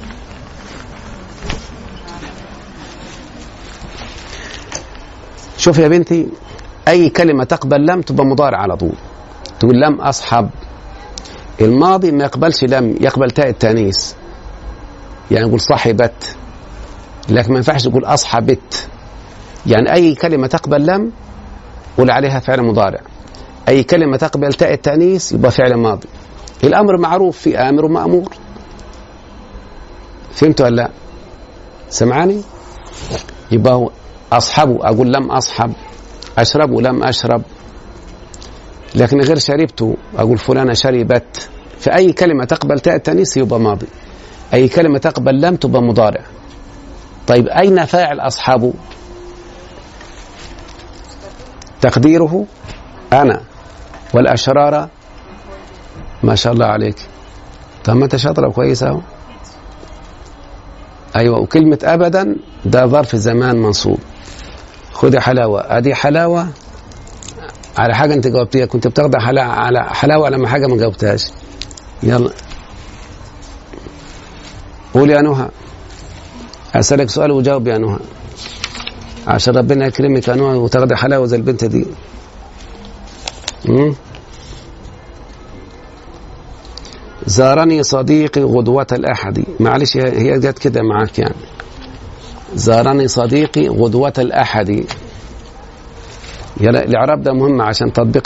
شوف يا بنتي، أي كلمة تقبل لم تبقى مضارع على طول. تقول لم أصحب. الماضي ما يقبلش لم، يقبل تاء التانيث، يعني نقول صاحبت، لكن ما ينفعش تقول أصحبت. يعني أي كلمة تقبل لم قول عليها فعل مضارع. أي كلمة تقبل تاء التانيث يبقى فعل ماضي. الأمر معروف، في آمر ومأمور. فهمتوا ولا لا؟ سمعاني؟ يبقى أصحبوا أقول لم أصحب، أشربوا لم أشرب. لكن غير شربت أقول فلانة شربت. في أي كلمة تقبل تاء التانيث يبقى ماضي. أي كلمة تقبل لم تبقى مضارع. طيب أين فاعل أصحابه؟ تقديره أنا. والأشرار ما شاء الله عليك طب ما انت شاطره كويسه اهو. ايوه، وكلمه ابدا ده ظرف زمان منصوب. خدي حلاوه، ادي حلاوه على حاجه انت جاوبتيها، كنت بتاخدها على حلاوه على ما حاجه ما جاوبتهاش. يلا قولي يا نهى. اسالك سؤال وجاوب يا نهى عشان ربنا يكرمك يا نهى وتاخدي حلاوه زي البنت دي. زارني صديقي غدوة الأحد. معلش هي جت كده معاك يعني. زارني صديقي غدوة الأحد. يلا الإعراب ده مهم عشان تطبيق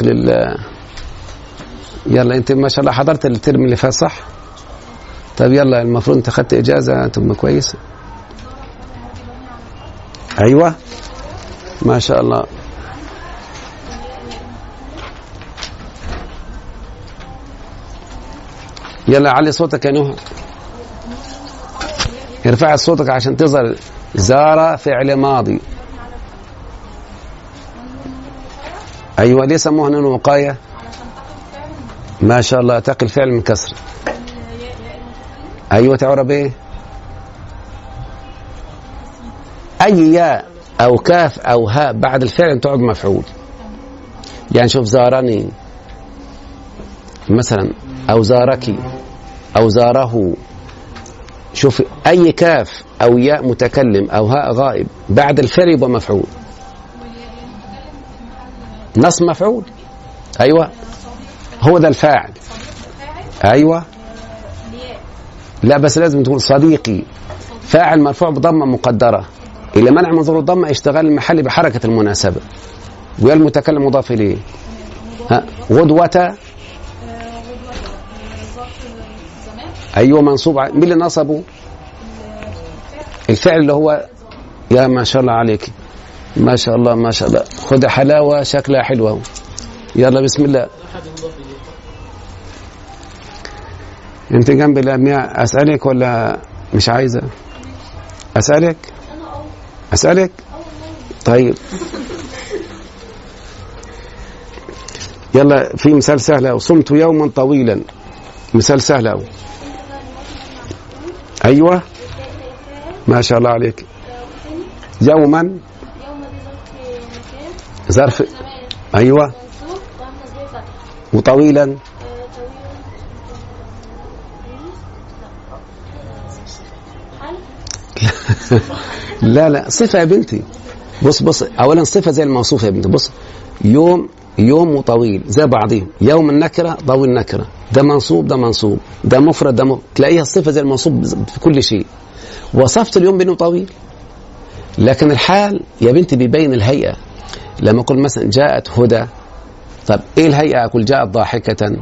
يلا أنت ما شاء الله حضرت الترم اللي فات صح؟ طب يلا المفروض أنت خدت إجازة تبقى كويسة. أيوة ما شاء الله. يلا علي صوتك يا نهى. ارفع صوتك عشان تظهر. زار فعل ماضي. ايوه ليه سموها نون وقايه؟ ما شاء الله تقي الفعل من كسر. ايوه تعرب ايه؟ اي ياء او كاف او هاء بعد الفعل تعرب مفعول. يعني شوف زارني مثلا او زارك أو زاره. شوف أي كاف أو ياء متكلم أو هاء غائب بعد الفعل يبقى مفعول. نص مفعول. أيوة هو ده الفاعل. أيوة لا بس لازم تقول صديقي فاعل مرفوع بضمة مقدرة إلى منع من ظهور الضمة اشتغال المحل بحركة المناسبة. ويا المتكلم مضاف إليه. غدوة أيوة منصوب. مين اللي نصبه؟ الفعل اللي هو. يا ما شاء الله عليك ما شاء الله ما شاء الله. خد حلاوة شكلها حلوة. يلا بسم الله. انت جنب الأمياء. أسألك ولا مش عايزة؟ أسألك طيب يلا. في مثال سهل. وصمت يوما طويلا. مثال سهل أو. أيوة ما شاء الله عليك. يوما ظرف. أيوة وطويلا لا صفة يا بنتي. بص أولا صفة زي الموصوف يا بنتي. بص يوم وطويل زي بعضهم. يوم النكرة طويل نكرة. ده منصوب ده مفرد ده تلاقيها الصفة زي الموصوف في كل شيء. وصفت اليوم بأنه طويل لكن الحال يا بنتي بيبين الهيئة. لما أقول مثلا جاءت هدى. طب إيه الهيئة؟ أقول جاءت ضاحكة.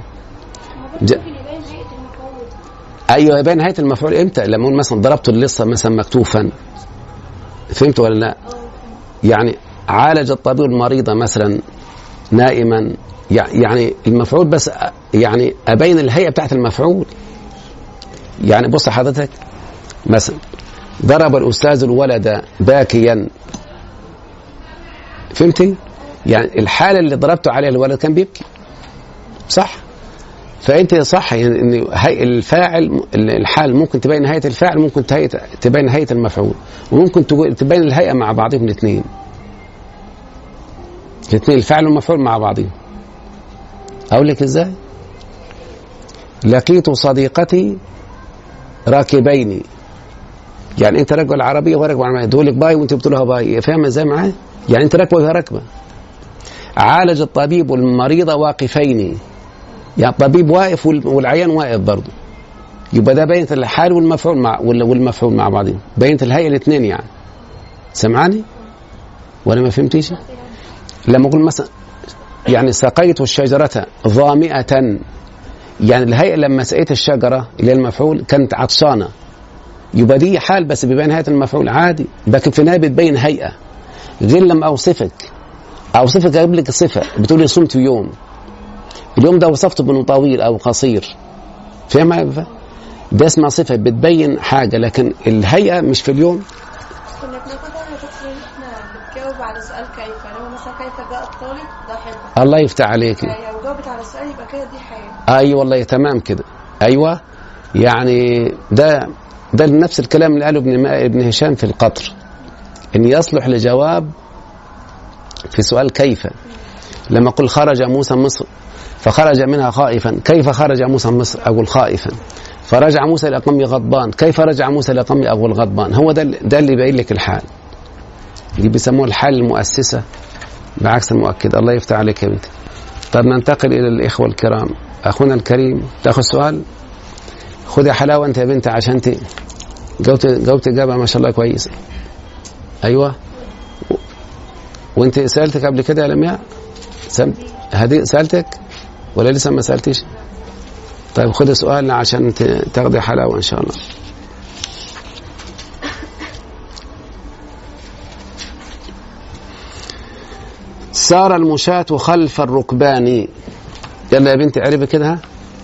أيوة يبين هيئة المفعول إمتى؟ لما أقول مثلا ضربت اللصة مثلا مكتوفا. فهمت ولا لا؟ يعني عالج الطبيب المريضة مثلا نائما. يعني المفعول بس يعني أبين الهيئة بتاعت المفعول. يعني بص حضرتك مثلا ضرب الأستاذ الولد باكيا. فهمتي؟ يعني الحالة اللي ضربته عليها الولد كان بيبكي صح؟ فأنت صح يعني إن الفاعل الحال ممكن تبين نهاية الفاعل ممكن تبين نهاية المفعول وممكن تبين الهيئة مع بعضهم الاثنين الفاعل والمفعول مع بعضهم. أقول لك إزاي؟ لقيت صديقتي راكبين. يعني أنت راكبة العربية وهي راكبة العربية تقول لك باي وأنت بتقولها باي. فاهمة إزاي معاه؟ يعني أنت راكبة وهي راكبة. عالج الطبيب والمريضة واقفين. يعني الطبيب واقف والعيان واقف برضه. يبقى ده بينت الحال والمفعول مع بعضهم. بينت الهيئة الاثنين يعني. سمعاني؟ ولا ما فهمتيش؟ لما أقول مثلا يعني سقيت الشجرة ظامئة. يعني الهيئة لما سقيت الشجرة اللي هي المفعول كانت عطشانة. يبقى دي حال بس بيبين هيئة المفعول عادي. لكن في النهاية بتبين هيئة. غير لما أوصفك أجيب لك صفة بتقولي صمت يوم. اليوم ده وصفته بأنه طويل أو قصير. فاهم؟ ده اسمها صفة بتبين حاجة لكن الهيئة مش في اليوم. كنا بناخدها بتجاوب على سؤال كيف. لو مثلا كيف جاء الطالب ده حلو. الله يفتح عليك. لو جاوبت على السؤال يبقى كده دي حاجة. أي والله تمام كده. أيوة يعني ده نفس الكلام اللي قاله ابن هشام في القطر، ان يصلح لجواب في سؤال كيف. لما قل خرج موسى مصر فخرج منها خائفا، كيف خرج موسى مصر؟ أقول خائفا. فرجع موسى إلى قومه غضبان، كيف رجع موسى إلى قومه؟ أقول غضبان. هو ده اللي يبين لك الحال، اللي بيسموه الحال المؤسسة بعكس المؤكد. الله يفتح عليك يا بنتي. طب ننتقل إلى الإخوة الكرام. أخونا الكريم تأخذ سؤال؟ خذ يا حلاوة أنت يا بنتي عشان جاوبت إجابة ما شاء الله كويسة. أيوة. وأنت سألتك قبل كده يا لمياء؟ هذه سألتك ولا لسه ما سألتيش؟ طيب خذ سؤال عشان تاخذي حلاوة إن شاء الله. سار المشاة خلف الركبان. يلا يا بنتي اعرفي كده.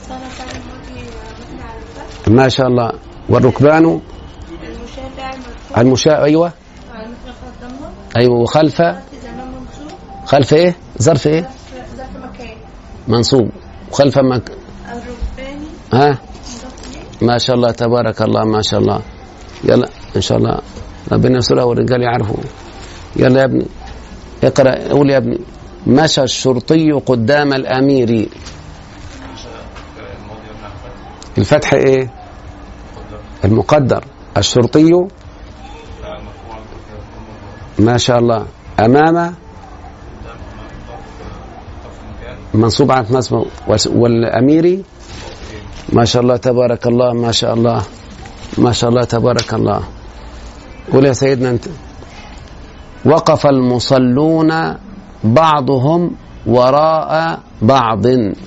ما شاء الله. والركبان المشاة. أيوة أيوة. وخلف ايه؟ ظرف ايه؟ منصوب. وخلف ها ما شاء الله تبارك الله ما شاء الله. يلا ان شاء الله ربنا يسرها والرجال يعرفوا. يلا يا ابني اقرأ. قول يا ابني. مشى الشرطي قدام الأمير. الفتح ايه؟ المقدر. الشرطي ما شاء الله أمام منصوب على نصبه. والأميري ما شاء الله تبارك الله ما شاء الله ما شاء الله تبارك الله. قول يا سيدنا أنت. وقف المصلون بعضهم وراء بعض.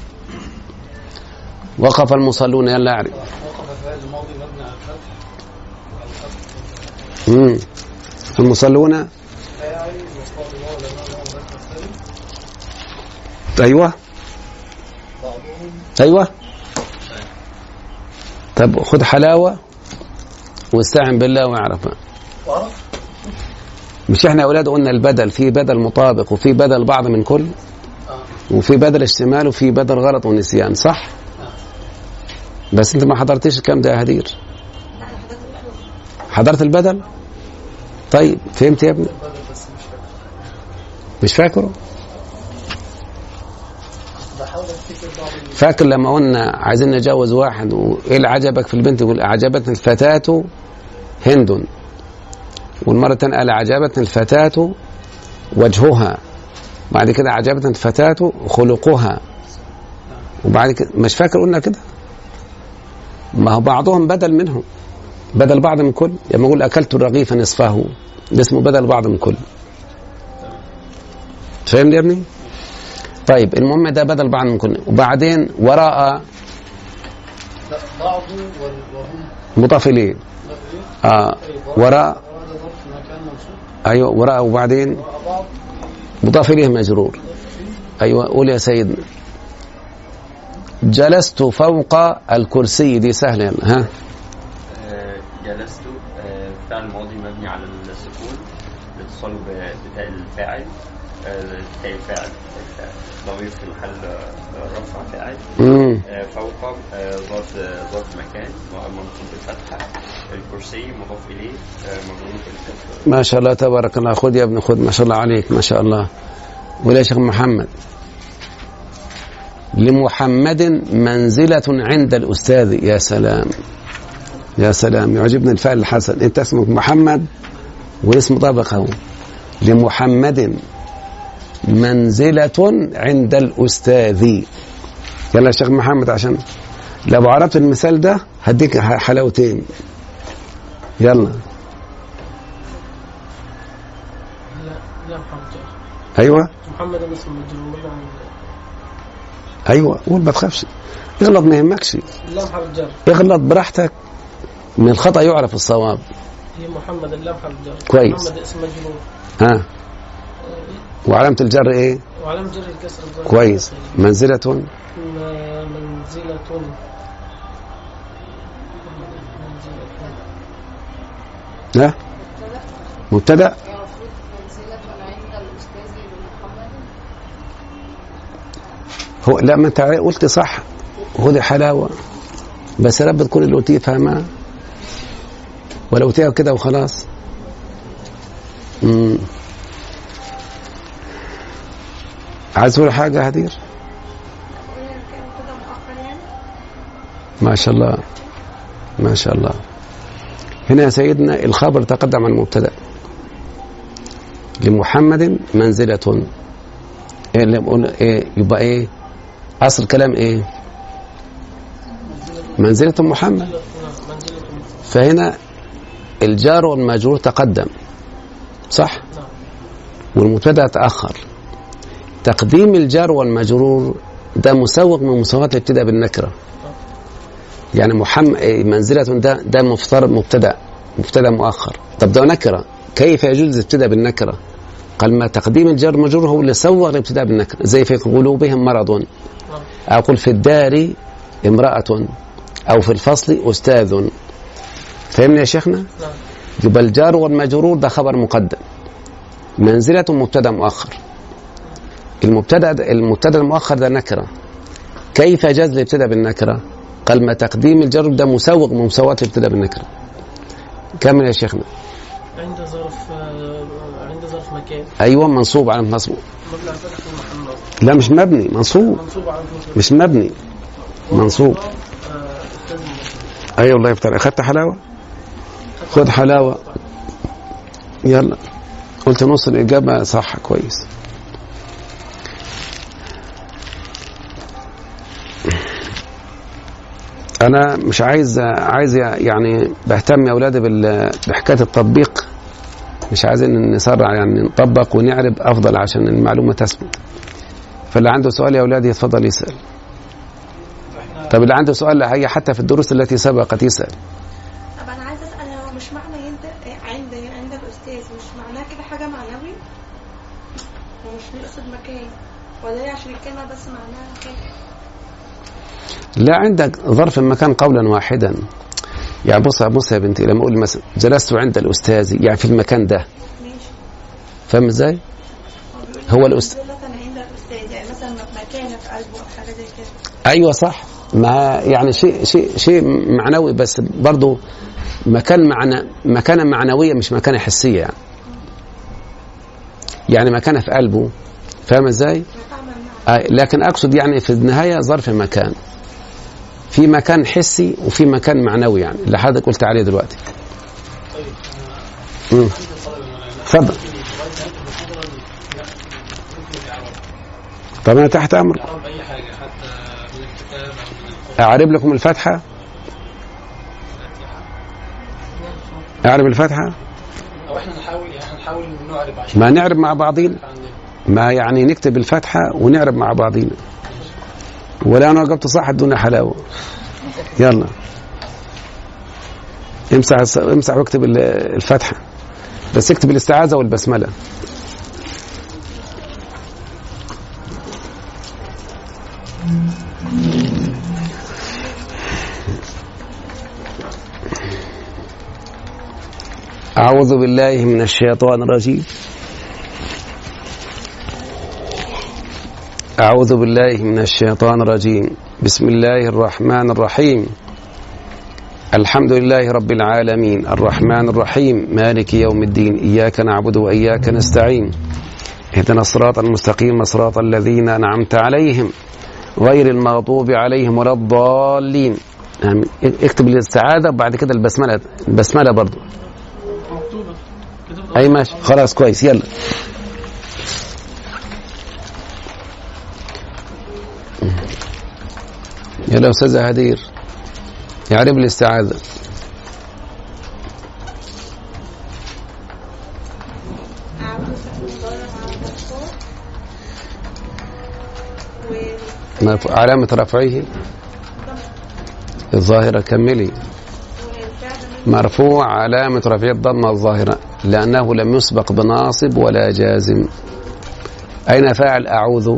وقف المصلون. يلا اعرف. وقف فعل ماضي مبني على الفتح. المصلون. ايوه ايوه. طب خد حلاوه واستعن بالله واعرف. مش احنا يا اولاد قلنا البدل في بدل مطابق وفي بدل بعض من كل وفي بدل اشتمال وفي بدل غلط ونسيان صح؟ بس انت ما حضرتيش الكلام ده يا هدير. حضرت البدل؟ طيب فهمت يا ابني؟ مش فاكره؟ فاكر لما قلنا عايزين نجوز واحد وايه اللي عجبك في البنت؟ يقول اعجبتني الفتاة هند. والمرة الثانية قال عجبتني الفتاة وجهها. بعد كده عجبتني الفتاة خلقها. وبعد كده مش فاكر قلنا كده؟ ما هو بعضهم بدل منهم. بدل بعض من كل. لما اقول اكلت الرغيف نصفه ده اسمه بدل بعض من كل. فاهم يا ابني؟ طيب المهم ده بدل بعض من كل. وبعدين وراء بعض وهم مضاف اليه. وراء. ايوه وراء. وبعدين مضاف اليه مجرور. ايوه قول يا سيدنا. جلست فوق الكرسي. دي سهله. ها جلست فعل ماضي مبني على السكون لاتصاله بتاء الفاعل. تاء الفاعل ضمير في محل رفع فاعل. فوق ظرف مكان منصوب بالفتحه. الكرسي مضاف اليه مجرور بالكسر. ما شاء الله تبارك الله. خذ يا ابني خذ. ما شاء الله عليك ما شاء الله. ولا شيخ محمد. لمحمد منزلة عند الأستاذ. يا سلام يا سلام. يعجبني الفعل الحسن. انت اسمك محمد واسم طبقه. لمحمد منزلة عند الأستاذ. يلا يا شيخ محمد عشان لو عرفت المثال ده هديك حلاوتين. يلا. لا محمد. ايوه محمد اسم مجرور. ايوه قول ما تخافش. اغلط ما يهمكش. لا محمد جر. اغلط براحتك. من الخطأ يعرف الصواب. هي محمد اللام حرف جر. كويس. محمد اسم مجرور. وعلامة الجر ايه؟ وعلامة جر الكسر. كويس. منزلة. لا مبتدأ. هو لا ما انت قلت صح. خذ حلاوة. بس يا رب تكون اللي قلتيه فاهمها، ولا قلتيها كده وخلاص. عايز تقول حاجة يا هدير؟ ما شاء الله ما شاء الله. هنا يا سيدنا الخبر تقدم عن المبتدأ. لمحمد منزلة، إيه يبقى ايه اصل الكلام؟ ايه منزلة محمد. فهنا الجار والمجرور تقدم صح، والمبتدأ تأخر. تقديم الجار والمجرور ده مسوغ من مساواة الابتداء بالنكرة. يعني محمد منزلة ده مفترض مبتدأ مؤخر. طب ده نكرة، كيف يجوز الابتداء بالنكرة؟ قال ما تقديم الجار والمجرور هو اللي سوغ الابتداء بالنكرة. زي في قلوبهم مرض، أقول في الدار امرأة، أو في الفصل أستاذ. فهمنا يا شيخنا؟ يبقى الجار والمجرور ده خبر مقدم، منزلة مبتدأ مؤخر. المبتدأ المؤخر ده نكرة، كيف جاز الابتداء بالنكرة؟ قال ما تقديم الجر ده مسوغ من مساواة الابتداء بالنكرة. كمل يا شيخنا. عند ظرف مكان. أيوة منصوب على نصبه. لا مش مبني، منصوب. مش مبني، منصوب. أيوة الله يفتح. أخذت حلاوة؟ خد حلاوة يلا. قلت نص الإجابة صح كويس. أنا مش عايز يعني بهتم يا أولادي بحكاية التطبيق، مش عايزين نسرع، يعني نطبق ونعرب أفضل عشان المعلومة تثبت. فاللي عنده سؤال يا أولادي يتفضل يسأل. طب اللي عنده سؤال هي حتى في الدروس التي سبقت يسأل. طب أنا عايز أسأل، هو مش معنى عند الأستاذ مش معناه كده حاجة معنوي ومش بيقصد مكان، ولا هي عشان الكلمة بس معناها كده؟ لا، عندك ظرف المكان قولا واحدا. يعني بص يا بنتي، لما اقول مثلا جلست عند الاستاذ يعني في المكان ده، فاهم ازاي؟ هو الاستاذ عند الاستاذ يعني مثلا مكانه في قلبه او حاجه زي كده. ايوه صح، ما يعني شيء معنوي، بس برضه مكانه معنويه مش مكانه حسيه يعني مكانه في قلبه، فاهم ازاي؟ لكن اقصد يعني في النهايه ظرف مكان، في مكان حسي وفي مكان معنوي، يعني اللي حضرتك قلت عليه دلوقتي. اتفضل. طب انا تحت امر. اعرب لكم الفتحه، اعرب الفتحه او احنا نحاول نعرب عشان ما نعرب مع بعضين، ما يعني نكتب الفتحه ونعرب مع بعضين. ولا انا وقفت صح دون حلاوه. يلا امسح واكتب الفتحه، بس اكتب الاستعاذه والبسمله. أعوذ بالله من الشيطان الرجيم. أعوذ بالله من الشيطان الرجيم. بسم الله الرحمن الرحيم. الحمد لله رب العالمين الرحمن الرحيم مالك يوم الدين إياك نعبد وإياك نستعين اهدنا الصراط المستقيم صراط الذين أنعمت عليهم غير المغضوب عليهم ولا الضالين. اكتب الاستعاذة وبعد كده البسملة برضو. أي ماشي خلاص كويس. يلا يلا أستاذة هدير يعرف الاستعاذة. علامة رفعه الظاهرة. كملي. مرفوع علامة رفعه الضمة الظاهرة لأنه لم يسبق بناصب ولا جازم. أين فاعل أعوذ؟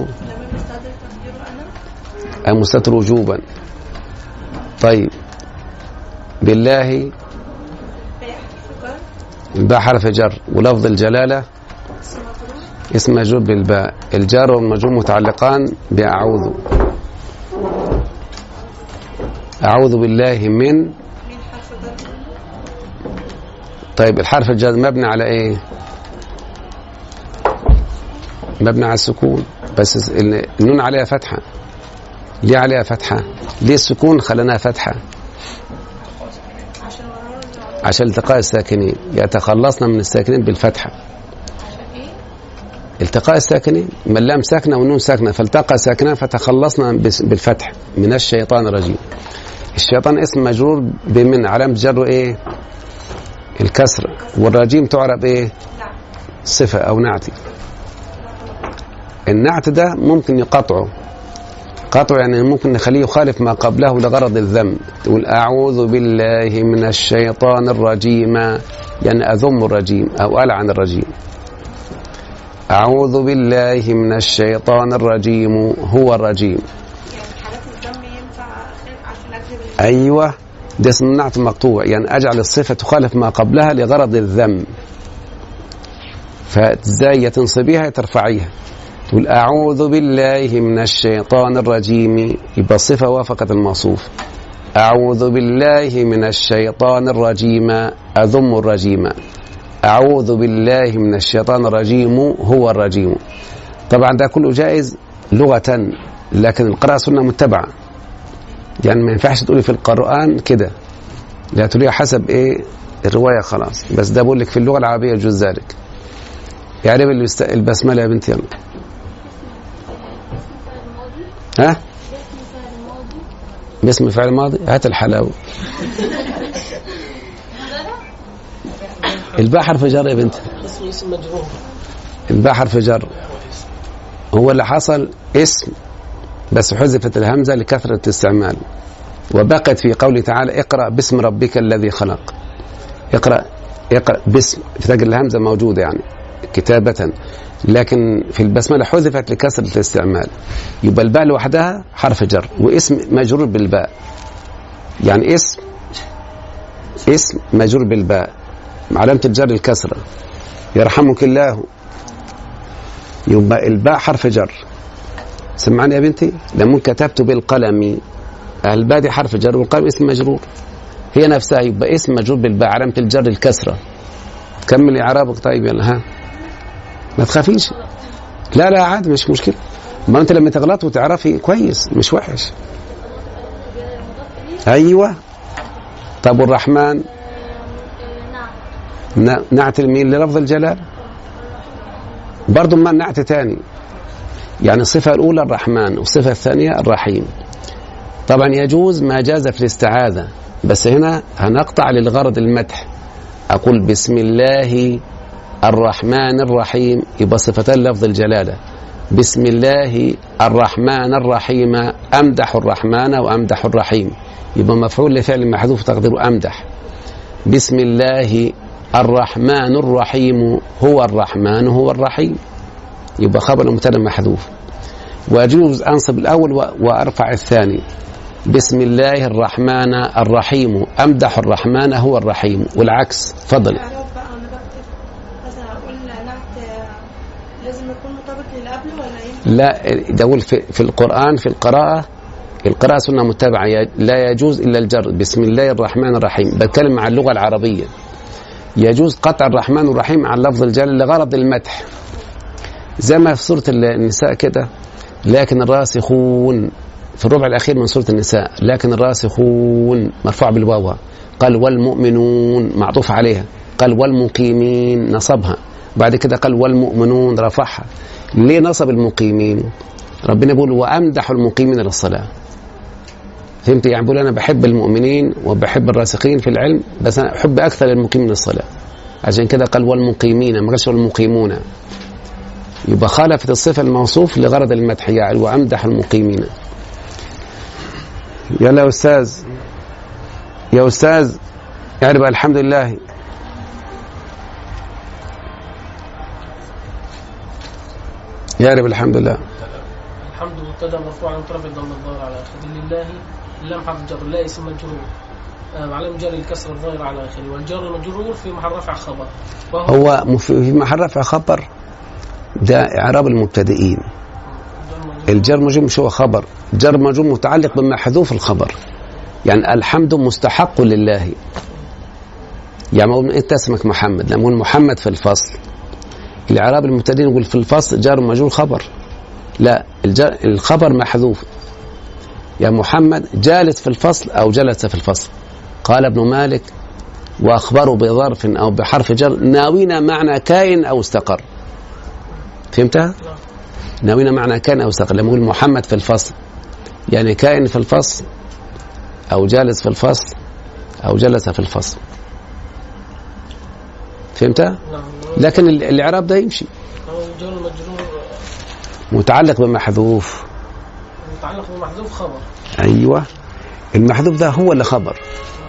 المستتر وجوبا. طيب بالله باء حرف جر ولفظ الجلالة اسم مجرور بالباء. الجار والمجرور متعلقان بأعوذ. أعوذ بالله من. حرف جر. طيب الحرف الجر مبني على إيه؟ مبني على السكون، بس النون عليها فتحة. ليه عليها فتحة؟ ليه السكون خلناها فتحة؟ عشان التقاء الساكنين، يتخلصنا من الساكنين بالفتحة. التقاء الساكنين، من اللام ساكنة والنون ساكنة، فالتقى ساكنان فتخلصنا بالفتح. من الشيطان الرجيم. الشيطان اسم مجرور بمن، علامة جره ايه؟ الكسر. والرجيم تعرب ايه؟ صفة او نعت. النعت ده ممكن يقطعه، قطعه يعني ممكن نخليه يخالف ما قبله لغرض الذم. تقول أعوذ بالله من الشيطان الرجيم، يعني أذم الرجيم أو ألعن الرجيم. أعوذ بالله من الشيطان الرجيم، هو الرجيم. يعني حالات الذم ينفع عشان أكذب. أيوة، ده اسم النعت مقطوع، يعني أجعل الصفة تخالف ما قبلها لغرض الذم. فازاي تنصبيها ترفعيها؟ تقول أعوذ بالله من الشيطان الرجيم، يبقى الصفة وافقت الموصوف. أعوذ بالله من الشيطان الرجيم، أذم الرجيم. أعوذ بالله من الشيطان الرجيم، هو الرجيم. طبعا ده كله جائز لغة، لكن القراءة سنة متبعة. يعني ما ينفعش تقولي في القرآن كده، لا تقولي حسب ايه الرواية خلاص. بس ده بقول لك في اللغة العربية يجوز ذلك. يعني البسملة يا بنتي يلا. ها؟ باسم فعل ماضي. هات الحلاوة. الباء حرف جر يا بنتي. الباء حرف جر. هو اللي حصل اسم بس حذفت الهمزة لكثرة الاستعمال، وبقت في قوله تعالى اقرأ باسم ربك الذي خلق. اقرأ باسم، فتجد الهمزة موجودة يعني كتابة، لكن في البسملة حذفت لكثرة الاستعمال. يبقى الباء لوحدها حرف جر، واسم مجرور بالباء. يعني اسم مجرور بالباء، علامة الجر الكسرة. يرحمك الله، يبقى الباء حرف جر. سمعني يا بنتي، لما كتبت بالقلم، الباء دي حرف جر والقلم اسم مجرور، هي نفسها. يبقى اسم مجرور بالباء، علامة الجر الكسرة. كمل إعرابك. طيب يلا ها، ما تخافيش. لا عادي، مش مشكلة. ما انت لما تغلط وتعرفي كويس مش وحش. ايوه. طب والرحمن نعت المين للفظ الجلال برضو، ما نعت تاني. يعني الصفة الأولى الرحمن والصفة الثانية الرحيم. طبعا يجوز ما جاز في الاستعاذة، بس هنا هنقطع للغرض المدح. أقول بسم الله الرحمن الرحيم، يبقى صفتان لفظ الجلالة. بسم الله الرحمن الرحيم، أمدح الرحمن وأمدح الرحيم، يبقى مفعول لفعل محذوف تقديره أمدح. بسم الله الرحمن الرحيم، هو الرحمن هو الرحيم، يبقى خبر مبتدا محذوف. ويجوز أنصب الأول وأرفع الثاني. بسم الله الرحمن الرحيم، أمدح الرحمن هو الرحيم، والعكس. فضل. لا، ده أقول في القرآن في القراءة سنة متبعة، لا يجوز إلا الجر. بسم الله الرحمن الرحيم، بتكلم عن اللغة العربية. يجوز قطع الرحمن الرحيم عن لفظ الجلال لغرض المدح، زي ما في سورة النساء كده. لكن الراسخون في الربع الأخير من سورة النساء، لكن الراسخون مرفوع بالواو. قال والمؤمنون معطوف عليها. قال والمقيمين نصبها، بعد كده قال والمؤمنون رفعها. ليه نصب المقيمين؟ ربنا يقول وأمدح المقيمين للصلاة. فهمت؟ يعني بقول أنا بحب المؤمنين وبحب الراسخين في العلم، بس أنا أحب أكثر المقيمين للصلاة، عشان كده قال والمقيمين، ما قالش والمقيمون. يبقى خالفت الصفة الموصوف لغرض المدح، يعني وأمدح المقيمين. يلا يا أستاذ، يا أستاذ يعني بقى الحمد لله. يا رب الحمد لله. الحمد مبتدا مرفوع عن طرف الضم الظاهر على اخره. لله اللام حرف جر، لا اسم مجرور علامة جر الكسر الظاهر على اخره، والجر مجرور في محل رفع خبر. هو في محل رفع خبر، ده اعراب المبتدئين. الجر مجرور مش هو خبر، جر مجرور متعلق بمحذوف الخبر. يعني الحمد مستحق لله. يعني انت اسمك محمد، لما نقول محمد في الفصل، الإعراب المبتدئ نقول في الفصل جار ومجرور خبر، لا الخبر محذوف. يعني محمد جالس في الفصل أو جلس في الفصل. قال ابن مالك: وأخبروا بظرف أو بحرف جر ناوينا معنى كائن أو استقر. فهمتها؟ ناوينا معنى كائن أو استقر. لما نقول محمد في الفصل يعني كائن في الفصل أو جالس في الفصل أو جلس في الفصل. فهمتها؟ لكن الإعراب ده يمشي. جار مجرور متعلق بمحذوف. متعلق بمحذوف خبر. أيوة، المحذوف ده هو اللي خبر.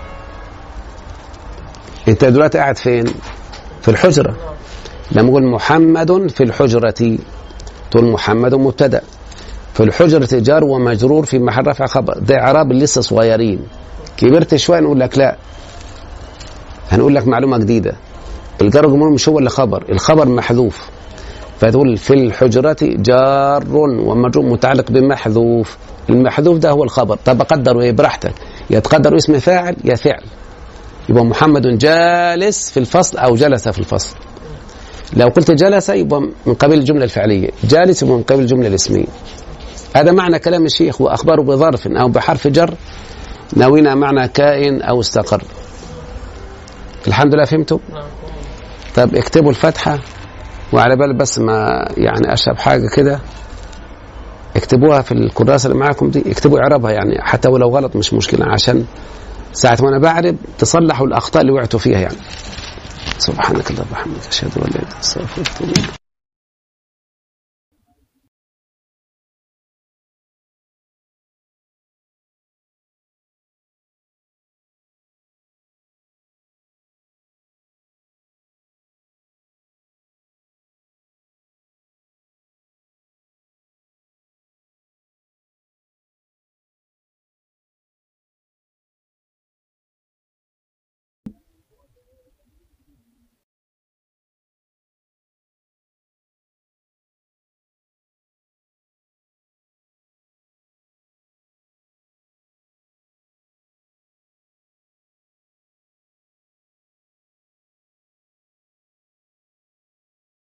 أنت دلوقتي قاعد فين؟ في الحجرة. لما نقول محمد في الحجرة تقول محمد مبتدأ، في الحجرة جار ومجرور في محل رفع خبر. ده إعراب لسه صغيرين. كبرت شوية نقول لك لا، هنقول لك معلومة جديدة. الجار والمجرور مش هو اللي خبر، الخبر محذوف. فتقول في الحجرة جار ومجرور متعلق بمحذوف. المحذوف ده هو الخبر. طب أقدره إيه؟ براحتك، يتقدر اسم فاعل يا فعل. يبقى محمد جالس في الفصل أو جلس في الفصل. لو قلت جلس يبقى من قبيل الجملة الفعلية، جالس يبقى من قبيل الجملة الاسمية. هذا معنى كلام الشيخ: وأخبره بظرف أو بحرف جر ناوينا معنى كائن أو استقر. الحمد لله فهمتوا؟ طب اكتبوا الفتحة، وعلى بال بس ما يعني أشرب حاجة كده اكتبوها في الكراسة اللي معاكم دي، اكتبوا إعرابها يعني حتى ولو غلط مش مشكلة، عشان ساعة وانا بعرب تصلحوا الأخطاء اللي وقعتوا فيها يعني. سبحانك اللهم وبحمدك أشهد أن لا إله إلا أنت أستغفرك وأتوب إليك.